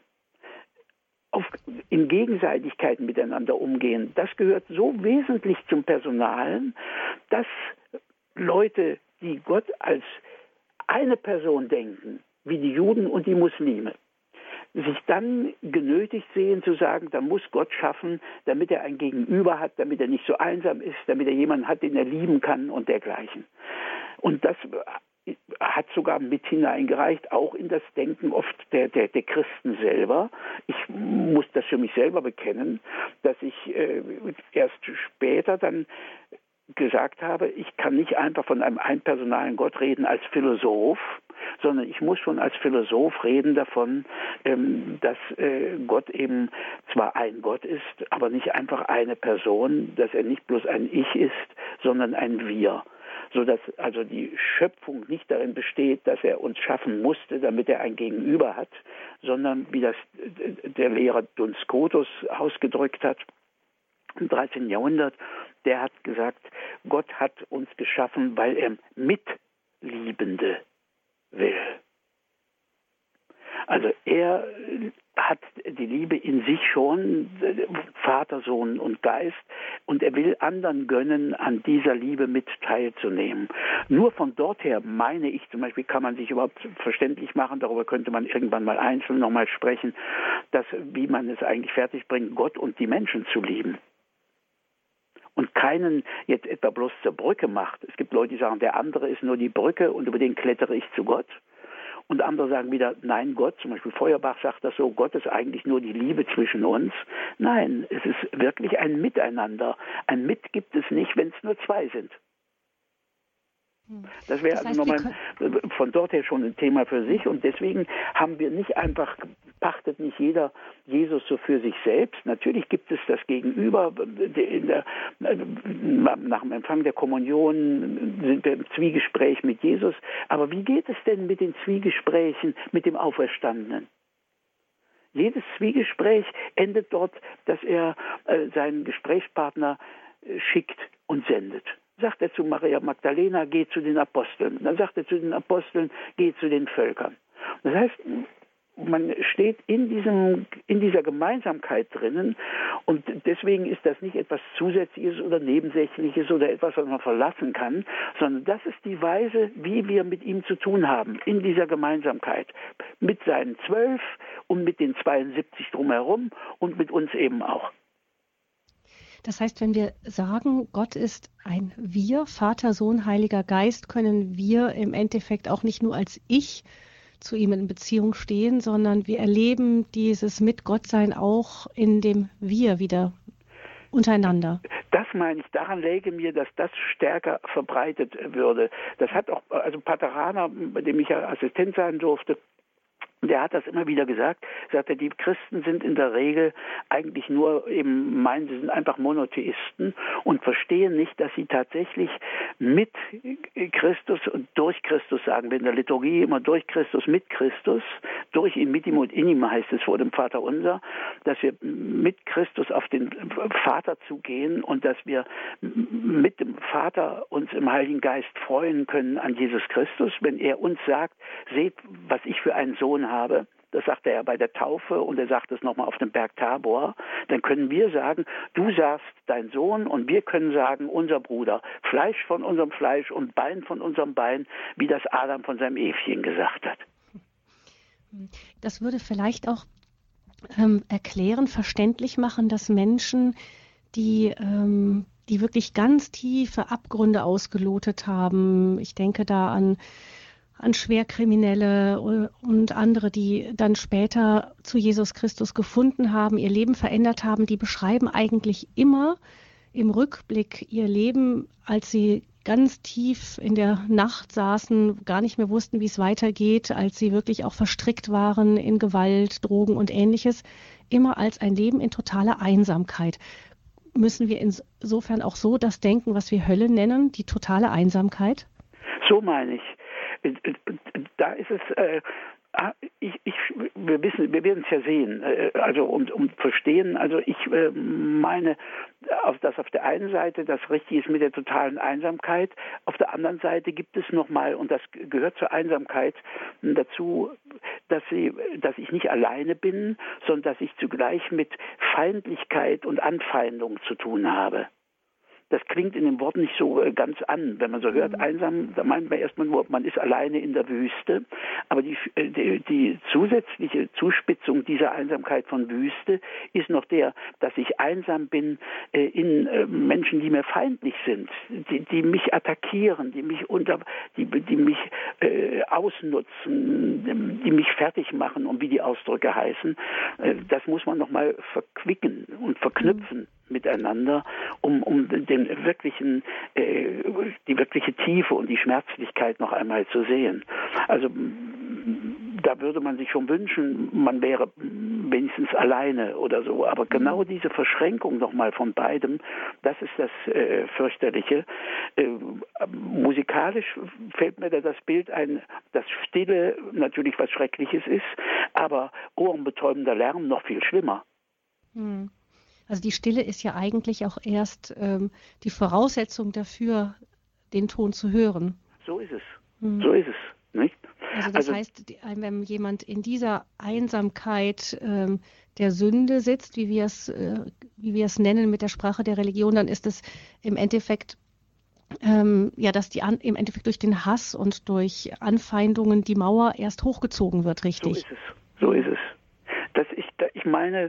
In Gegenseitigkeiten miteinander umgehen. Das gehört so wesentlich zum Personalen, dass Leute, die Gott als eine Person denken, wie die Juden und die Muslime, sich dann genötigt sehen zu sagen, da muss Gott schaffen, damit er ein Gegenüber hat, damit er nicht so einsam ist, damit er jemanden hat, den er lieben kann und dergleichen. Und das hat sogar mit hineingereicht, auch in das Denken oft der Christen selber. Ich muss das für mich selber bekennen, dass ich erst später dann gesagt habe, ich kann nicht einfach von einem einpersonalen Gott reden als Philosoph, sondern ich muss schon als Philosoph reden davon, dass Gott eben zwar ein Gott ist, aber nicht einfach eine Person, dass er nicht bloß ein Ich ist, sondern ein Wir. Sodass also die Schöpfung nicht darin besteht, dass er uns schaffen musste, damit er ein Gegenüber hat, sondern wie das der Lehrer Duns Scotus ausgedrückt hat im 13. Jahrhundert, der hat gesagt, Gott hat uns geschaffen, weil er Mitliebende will. Also er hat die Liebe in sich schon, Vater, Sohn und Geist, und er will anderen gönnen, an dieser Liebe mit teilzunehmen. Nur von dort her, meine ich zum Beispiel, kann man sich überhaupt verständlich machen, darüber könnte man irgendwann mal einzeln nochmal sprechen, dass, wie man es eigentlich fertigbringt, Gott und die Menschen zu lieben. Und keinen jetzt etwa bloß zur Brücke macht. Es gibt Leute, die sagen, der andere ist nur die Brücke und über den klettere ich zu Gott. Und andere sagen wieder, nein, Gott, zum Beispiel Feuerbach sagt das so, Gott ist eigentlich nur die Liebe zwischen uns. Nein, es ist wirklich ein Miteinander. Ein Mit gibt es nicht, wenn es nur zwei sind. Das wäre also nochmal von dort her schon ein Thema für sich, und deswegen haben wir nicht einfach, pachtet nicht jeder Jesus so für sich selbst. Natürlich gibt es das Gegenüber. Nach dem Empfang der Kommunion sind wir im Zwiegespräch mit Jesus. Aber wie geht es denn mit den Zwiegesprächen mit dem Auferstandenen? Jedes Zwiegespräch endet dort, dass er seinen Gesprächspartner schickt und sendet. Sagt er zu Maria Magdalena, geh zu den Aposteln. Dann sagt er zu den Aposteln, geh zu den Völkern. Das heißt, man steht in dieser Gemeinsamkeit drinnen, und deswegen ist das nicht etwas Zusätzliches oder Nebensächliches oder etwas, was man verlassen kann, sondern das ist die Weise, wie wir mit ihm zu tun haben, in dieser Gemeinsamkeit. Mit seinen 12 und mit den 72 drumherum und mit uns eben auch. Das heißt, wenn wir sagen, Gott ist ein Wir, Vater, Sohn, Heiliger Geist, können wir im Endeffekt auch nicht nur als Ich zu ihm in Beziehung stehen, sondern wir erleben dieses Mit-Gott-Sein auch in dem Wir wieder untereinander. Das meine ich, daran läge mir, dass das stärker verbreitet würde. Das hat auch, also Pater Rahner, bei dem ich ja Assistent sein durfte, der hat das immer wieder gesagt, sagte, die Christen sind in der Regel eigentlich nur eben meinen, sie sind einfach Monotheisten und verstehen nicht, dass sie tatsächlich mit Christus und durch Christus, sagen wir in der Liturgie immer durch Christus, mit Christus, durch ihn, mit ihm und in ihm heißt es vor dem Vater unser, dass wir mit Christus auf den Vater zugehen und dass wir mit dem Vater uns im Heiligen Geist freuen können an Jesus Christus, wenn er uns sagt, seht, was ich für einen Sohn habe. Das sagt er ja bei der Taufe, und er sagt es nochmal auf dem Berg Tabor. Dann können wir sagen, du sagst dein Sohn, und wir können sagen, unser Bruder, Fleisch von unserem Fleisch und Bein von unserem Bein, wie das Adam von seinem Evchen gesagt hat. Das würde vielleicht auch erklären, verständlich machen, dass Menschen, die wirklich ganz tiefe Abgründe ausgelotet haben, ich denke da an an Schwerkriminelle und andere, die dann später zu Jesus Christus gefunden haben, ihr Leben verändert haben, die beschreiben eigentlich immer im Rückblick ihr Leben, als sie ganz tief in der Nacht saßen, gar nicht mehr wussten, wie es weitergeht, als sie wirklich auch verstrickt waren in Gewalt, Drogen und Ähnliches, immer als ein Leben in totaler Einsamkeit. Müssen wir insofern auch so das denken, was wir Hölle nennen, die totale Einsamkeit? So meine ich. Da ist es, wir werden es ja sehen, also und verstehen. Also ich meine, dass auf der einen Seite das richtig ist mit der totalen Einsamkeit, auf der anderen Seite gibt es nochmal, und das gehört zur Einsamkeit dazu, dass ich nicht alleine bin, sondern dass ich zugleich mit Feindlichkeit und Anfeindung zu tun habe. Das klingt in den Worten nicht so ganz an. Wenn man so hört, einsam, da meint man erstmal nur, man ist alleine in der Wüste. Aber die zusätzliche Zuspitzung dieser Einsamkeit von Wüste ist noch dass ich einsam bin in Menschen, die mir feindlich sind, die mich attackieren, die mich ausnutzen, die mich fertig machen, und wie die Ausdrücke heißen. Das muss man nochmal verquicken und verknüpfen miteinander, um die wirkliche Tiefe und die Schmerzlichkeit noch einmal zu sehen. Also da würde man sich schon wünschen, man wäre wenigstens alleine oder so. Aber genau diese Verschränkung nochmal von beidem, das ist das Fürchterliche. Musikalisch fällt mir da das Bild ein, dass Stille natürlich was Schreckliches ist, aber ohrenbetäubender Lärm noch viel schlimmer. Also die Stille ist ja eigentlich auch erst die Voraussetzung dafür, den Ton zu hören. So ist es. So ist es, nicht? Also das heißt, wenn jemand in dieser Einsamkeit der Sünde sitzt, wie wir es nennen mit der Sprache der Religion, dann ist es im Endeffekt dass im Endeffekt durch den Hass und durch Anfeindungen die Mauer erst hochgezogen wird, richtig? So ist es. Ich meine,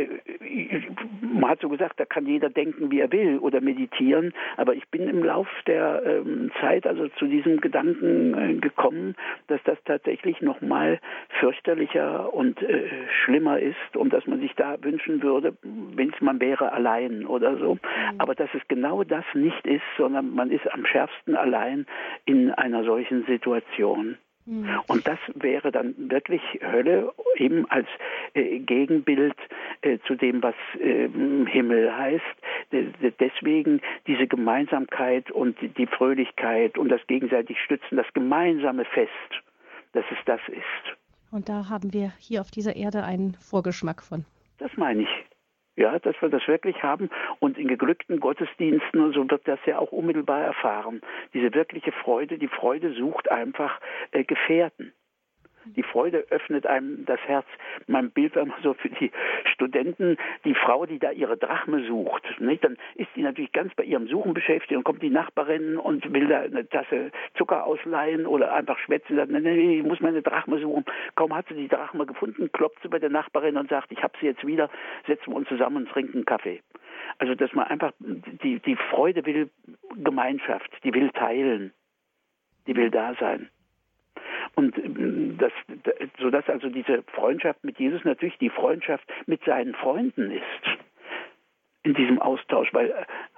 man hat so gesagt, da kann jeder denken, wie er will oder meditieren, aber ich bin im Lauf der Zeit also zu diesem Gedanken gekommen, dass das tatsächlich nochmal fürchterlicher und schlimmer ist und dass man sich da wünschen würde, wenn man wäre allein oder so. Aber dass es genau das nicht ist, sondern man ist am schärfsten allein in einer solchen Situation. Und das wäre dann wirklich Hölle, eben als Gegenbild zu dem, was Himmel heißt. Deswegen diese Gemeinsamkeit und die Fröhlichkeit und das gegenseitig Stützen, das gemeinsame Fest, dass es das ist. Und da haben wir hier auf dieser Erde einen Vorgeschmack von. Das meine ich. Ja, dass wir das wirklich haben, und in geglückten Gottesdiensten und so wird das ja auch unmittelbar erfahren. Diese wirkliche Freude, die Freude sucht einfach Gefährten. Die Freude öffnet einem das Herz. Mein Bild war immer so für die Studenten, die Frau, die da ihre Drachme sucht. Nicht? Dann ist sie natürlich ganz bei ihrem Suchen beschäftigt und kommt die Nachbarin und will da eine Tasse Zucker ausleihen oder einfach schwätzen. Sagt, nee, ich muss meine Drachme suchen. Kaum hat sie die Drachme gefunden, klopft sie bei der Nachbarin und sagt, ich habe sie jetzt wieder, setzen wir uns zusammen und trinken einen Kaffee. Also dass man einfach, die Freude will Gemeinschaft, die will teilen, die will da sein. Und sodass also diese Freundschaft mit Jesus natürlich die Freundschaft mit seinen Freunden ist in diesem Austausch, weil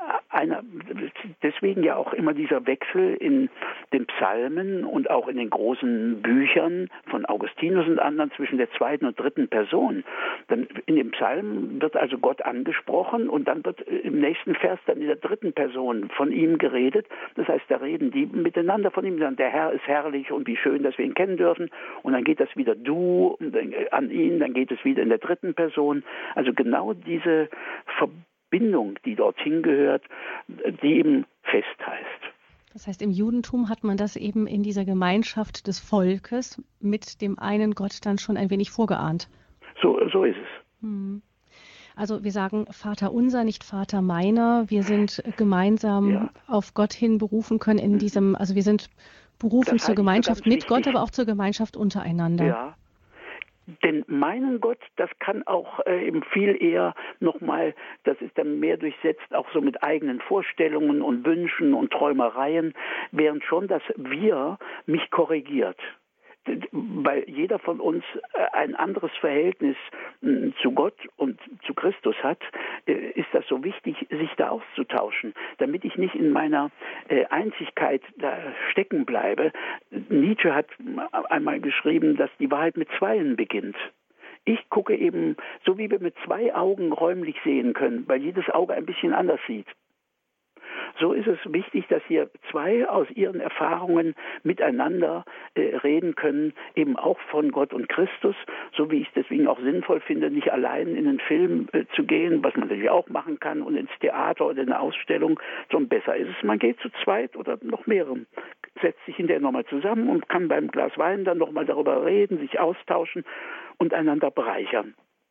deswegen ja auch immer dieser Wechsel in den Psalmen und auch in den großen Büchern von Augustinus und anderen zwischen der zweiten und dritten Person. Dann in dem Psalm wird also Gott angesprochen und dann wird im nächsten Vers dann in der dritten Person von ihm geredet. Das heißt, da reden die miteinander von ihm, sagen, der Herr ist herrlich und wie schön, dass wir ihn kennen dürfen. Und dann geht das wieder du an ihn, dann geht es wieder in der dritten Person. Also genau diese Verbindung, die dorthin gehört, die eben Fest heißt. Das heißt, im Judentum hat man das eben in dieser Gemeinschaft des Volkes mit dem einen Gott dann schon ein wenig vorgeahnt. So ist es. Also wir sagen Vater unser, nicht Vater meiner. Wir sind gemeinsam auf Gott hin berufen können in diesem, also wir sind berufen zur Gemeinschaft mit Gott, aber auch zur Gemeinschaft untereinander. Ja. Denn meinen Gott, das kann auch eben viel eher nochmal, das ist dann mehr durchsetzt, auch so mit eigenen Vorstellungen und Wünschen und Träumereien, während schon das Wir mich korrigiert. Weil jeder von uns ein anderes Verhältnis zu Gott und zu Christus hat, ist das so wichtig, sich da auszutauschen, damit ich nicht in meiner Einzigkeit da stecken bleibe. Nietzsche hat einmal geschrieben, dass die Wahrheit mit Zweien beginnt. Ich gucke eben, so wie wir mit zwei Augen räumlich sehen können, weil jedes Auge ein bisschen anders sieht. So ist es wichtig, dass hier zwei aus ihren Erfahrungen miteinander reden können, eben auch von Gott und Christus, so wie ich es deswegen auch sinnvoll finde, nicht allein in den Film zu gehen, was man natürlich auch machen kann, und ins Theater oder in eine Ausstellung, sondern besser ist es, man geht zu zweit oder noch mehreren, setzt sich hinterher nochmal zusammen und kann beim Glas Wein dann nochmal darüber reden, sich austauschen und einander bereichern.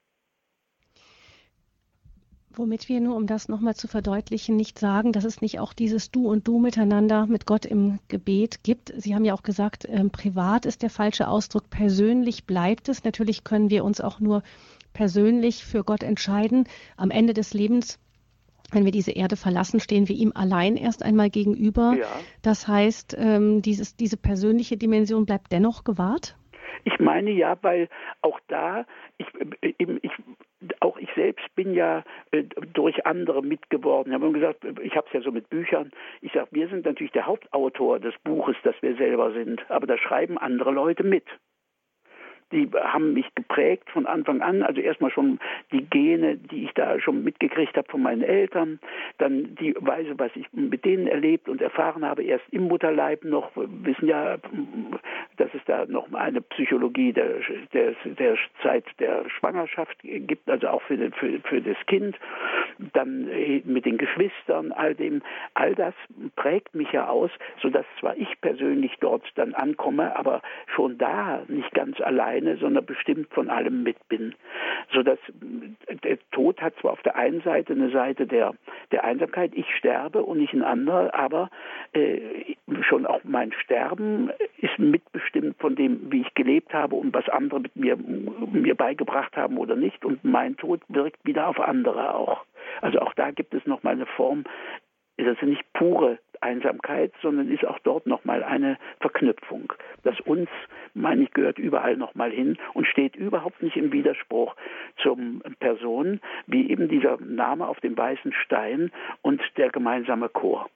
Womit wir nur, um das nochmal zu verdeutlichen, nicht sagen, dass es nicht auch dieses Du und Du miteinander mit Gott im Gebet gibt. Sie haben ja auch gesagt, privat ist der falsche Ausdruck, persönlich bleibt es. Natürlich können wir uns auch nur persönlich für Gott entscheiden. Am Ende des Lebens, wenn wir diese Erde verlassen, stehen wir ihm allein erst einmal gegenüber. Ja. Das heißt, diese persönliche Dimension bleibt dennoch gewahrt? Ich meine ja, weil auch da, auch ich selbst bin ja durch andere mitgeworden. Ich habe gesagt, ich habe es ja so mit Büchern. Ich sage, wir sind natürlich der Hauptautor des Buches, das wir selber sind. Aber da schreiben andere Leute mit. Die haben mich geprägt von Anfang an, also erstmal schon die Gene, die ich da schon mitgekriegt habe von meinen Eltern, dann die Weise, was ich mit denen erlebt und erfahren habe, erst im Mutterleib noch, wissen ja, dass es da noch eine Psychologie der Zeit der Schwangerschaft gibt, also auch für das Kind, dann mit den Geschwistern, all das prägt mich ja aus, sodass zwar ich persönlich dort dann ankomme, aber schon da nicht ganz alleine, sondern bestimmt von allem mit bin. Sodass der Tod hat zwar auf der einen Seite eine Seite der Einsamkeit, ich sterbe und nicht ein anderer, aber schon auch mein Sterben ist mitbestimmt von dem, wie ich gelebt habe und was andere mit mir beigebracht haben oder nicht, und mein Tod wirkt wieder auf andere auch. Also auch da gibt es nochmal eine Form, das ist nicht pure Einsamkeit, sondern ist auch dort nochmal eine Verknüpfung. Das uns, meine ich, gehört überall nochmal hin und steht überhaupt nicht im Widerspruch zum Person, wie eben dieser Name auf dem weißen Stein und der gemeinsame Chor.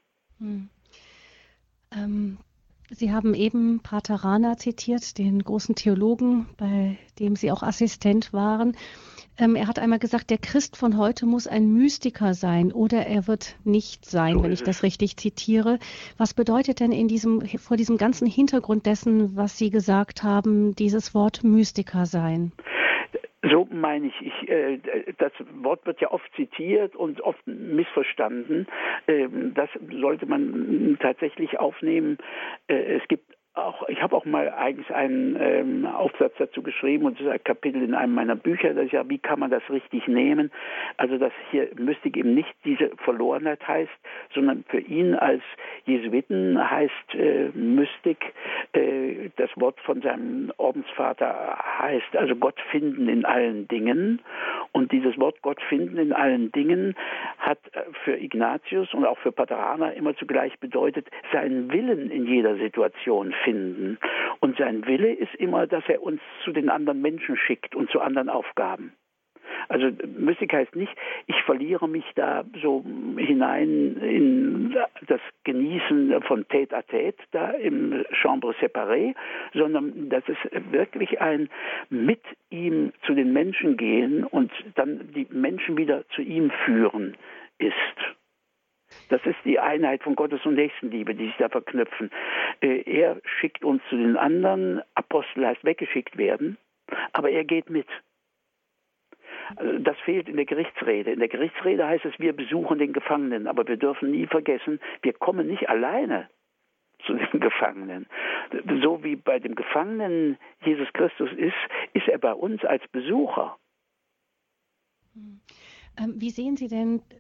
Sie haben eben Pater Rahner zitiert, den großen Theologen, bei dem Sie auch Assistent waren. Er hat einmal gesagt, der Christ von heute muss ein Mystiker sein oder er wird nicht sein, so wenn ich das richtig zitiere. Was bedeutet denn vor diesem ganzen Hintergrund dessen, was Sie gesagt haben, dieses Wort Mystiker sein? So meine ich. Das Wort wird ja oft zitiert und oft missverstanden. Das sollte man tatsächlich aufnehmen. Ich habe auch mal eigentlich einen Aufsatz dazu geschrieben, und das ist ein Kapitel in einem meiner Bücher, das ist ja, wie kann man das richtig nehmen? Also, dass hier Mystik eben nicht diese Verlorenheit heißt, sondern für ihn als Jesuiten heißt Mystik, das Wort von seinem Ordensvater heißt also Gott finden in allen Dingen. Und dieses Wort Gott finden in allen Dingen hat für Ignatius und auch für Pater Rahner immer zugleich bedeutet, seinen Willen in jeder Situation finden. Und sein Wille ist immer, dass er uns zu den anderen Menschen schickt und zu anderen Aufgaben. Also Mystik heißt nicht, ich verliere mich da so hinein in das Genießen von Tête-à-Tête da im Chambre séparée, sondern das ist wirklich ein mit ihm zu den Menschen gehen und dann die Menschen wieder zu ihm führen ist. Das ist die Einheit von Gottes- und Nächstenliebe, die sich da verknüpfen. Er schickt uns zu den anderen, Apostel heißt weggeschickt werden, aber er geht mit. Das fehlt in der Gerichtsrede. In der Gerichtsrede heißt es, wir besuchen den Gefangenen, aber wir dürfen nie vergessen, wir kommen nicht alleine zu den Gefangenen. So wie bei dem Gefangenen Jesus Christus ist er bei uns als Besucher. Wie sehen Sie denn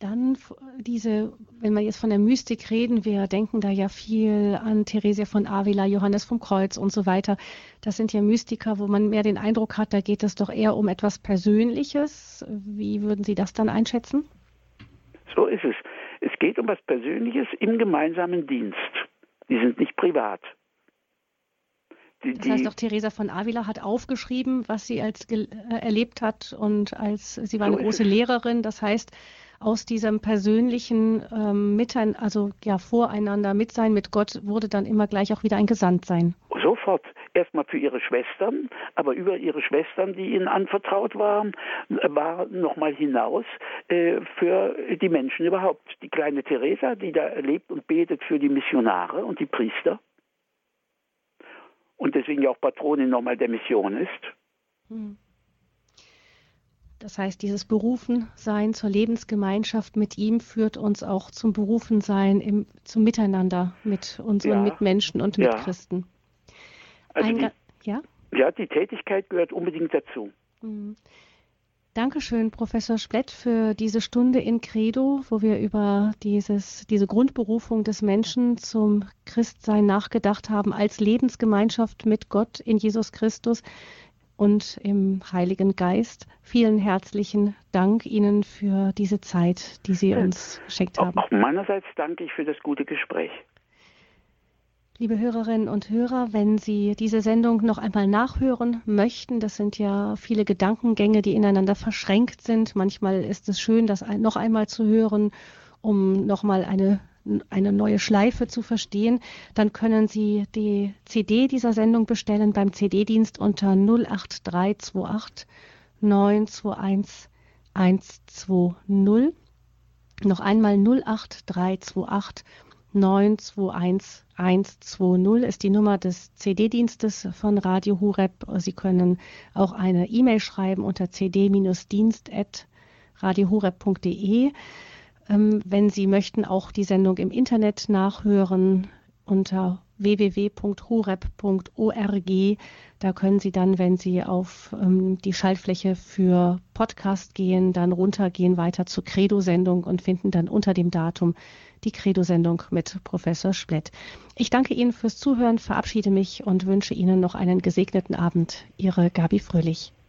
Dann wenn wir jetzt von der Mystik reden, wir denken da ja viel an Theresia von Avila, Johannes vom Kreuz und so weiter. Das sind ja Mystiker, wo man mehr den Eindruck hat, da geht es doch eher um etwas Persönliches. Wie würden Sie das dann einschätzen? So ist es. Es geht um was Persönliches im gemeinsamen Dienst. Die sind nicht privat. Das heißt, auch Theresia von Avila hat aufgeschrieben, was sie erlebt hat, und sie war eine große Lehrerin. Das heißt, aus diesem persönlichen Voreinander Mitsein mit Gott wurde dann immer gleich auch wieder ein Gesandtsein. Sofort. Erstmal für ihre Schwestern, aber über ihre Schwestern, die ihnen anvertraut waren, war nochmal hinaus für die Menschen überhaupt. Die kleine Theresia, die da lebt und betet für die Missionare und die Priester und deswegen ja auch Patronin nochmal der Mission ist. Das heißt, dieses Berufensein zur Lebensgemeinschaft mit ihm führt uns auch zum Berufensein zum Miteinander mit unseren Mitmenschen und Mitchristen. Also die Tätigkeit gehört unbedingt dazu. Dankeschön, Professor Splett, für diese Stunde in Credo, wo wir über diese Grundberufung des Menschen zum Christsein nachgedacht haben als Lebensgemeinschaft mit Gott in Jesus Christus und im Heiligen Geist. Vielen herzlichen Dank Ihnen für diese Zeit, die Sie uns geschenkt haben. Auch meinerseits danke ich für das gute Gespräch. Liebe Hörerinnen und Hörer, wenn Sie diese Sendung noch einmal nachhören möchten, das sind ja viele Gedankengänge, die ineinander verschränkt sind. Manchmal ist es schön, das noch einmal zu hören, um nochmal eine neue Schleife zu verstehen. Dann können Sie die CD dieser Sendung bestellen beim CD-Dienst unter 08328 921 120. Noch einmal 08328 921 120 ist die Nummer des CD-Dienstes von Radio Horeb. Sie können auch eine E-Mail schreiben unter cd-dienst@radiohoreb.de. Wenn Sie möchten, auch die Sendung im Internet nachhören unter www.horeb.org. Da können Sie dann, wenn Sie auf die Schaltfläche für Podcast gehen, dann runtergehen weiter zur Credo-Sendung und finden dann unter dem Datum die Credo-Sendung mit Professor Splett. Ich danke Ihnen fürs Zuhören, verabschiede mich und wünsche Ihnen noch einen gesegneten Abend. Ihre Gabi Fröhlich.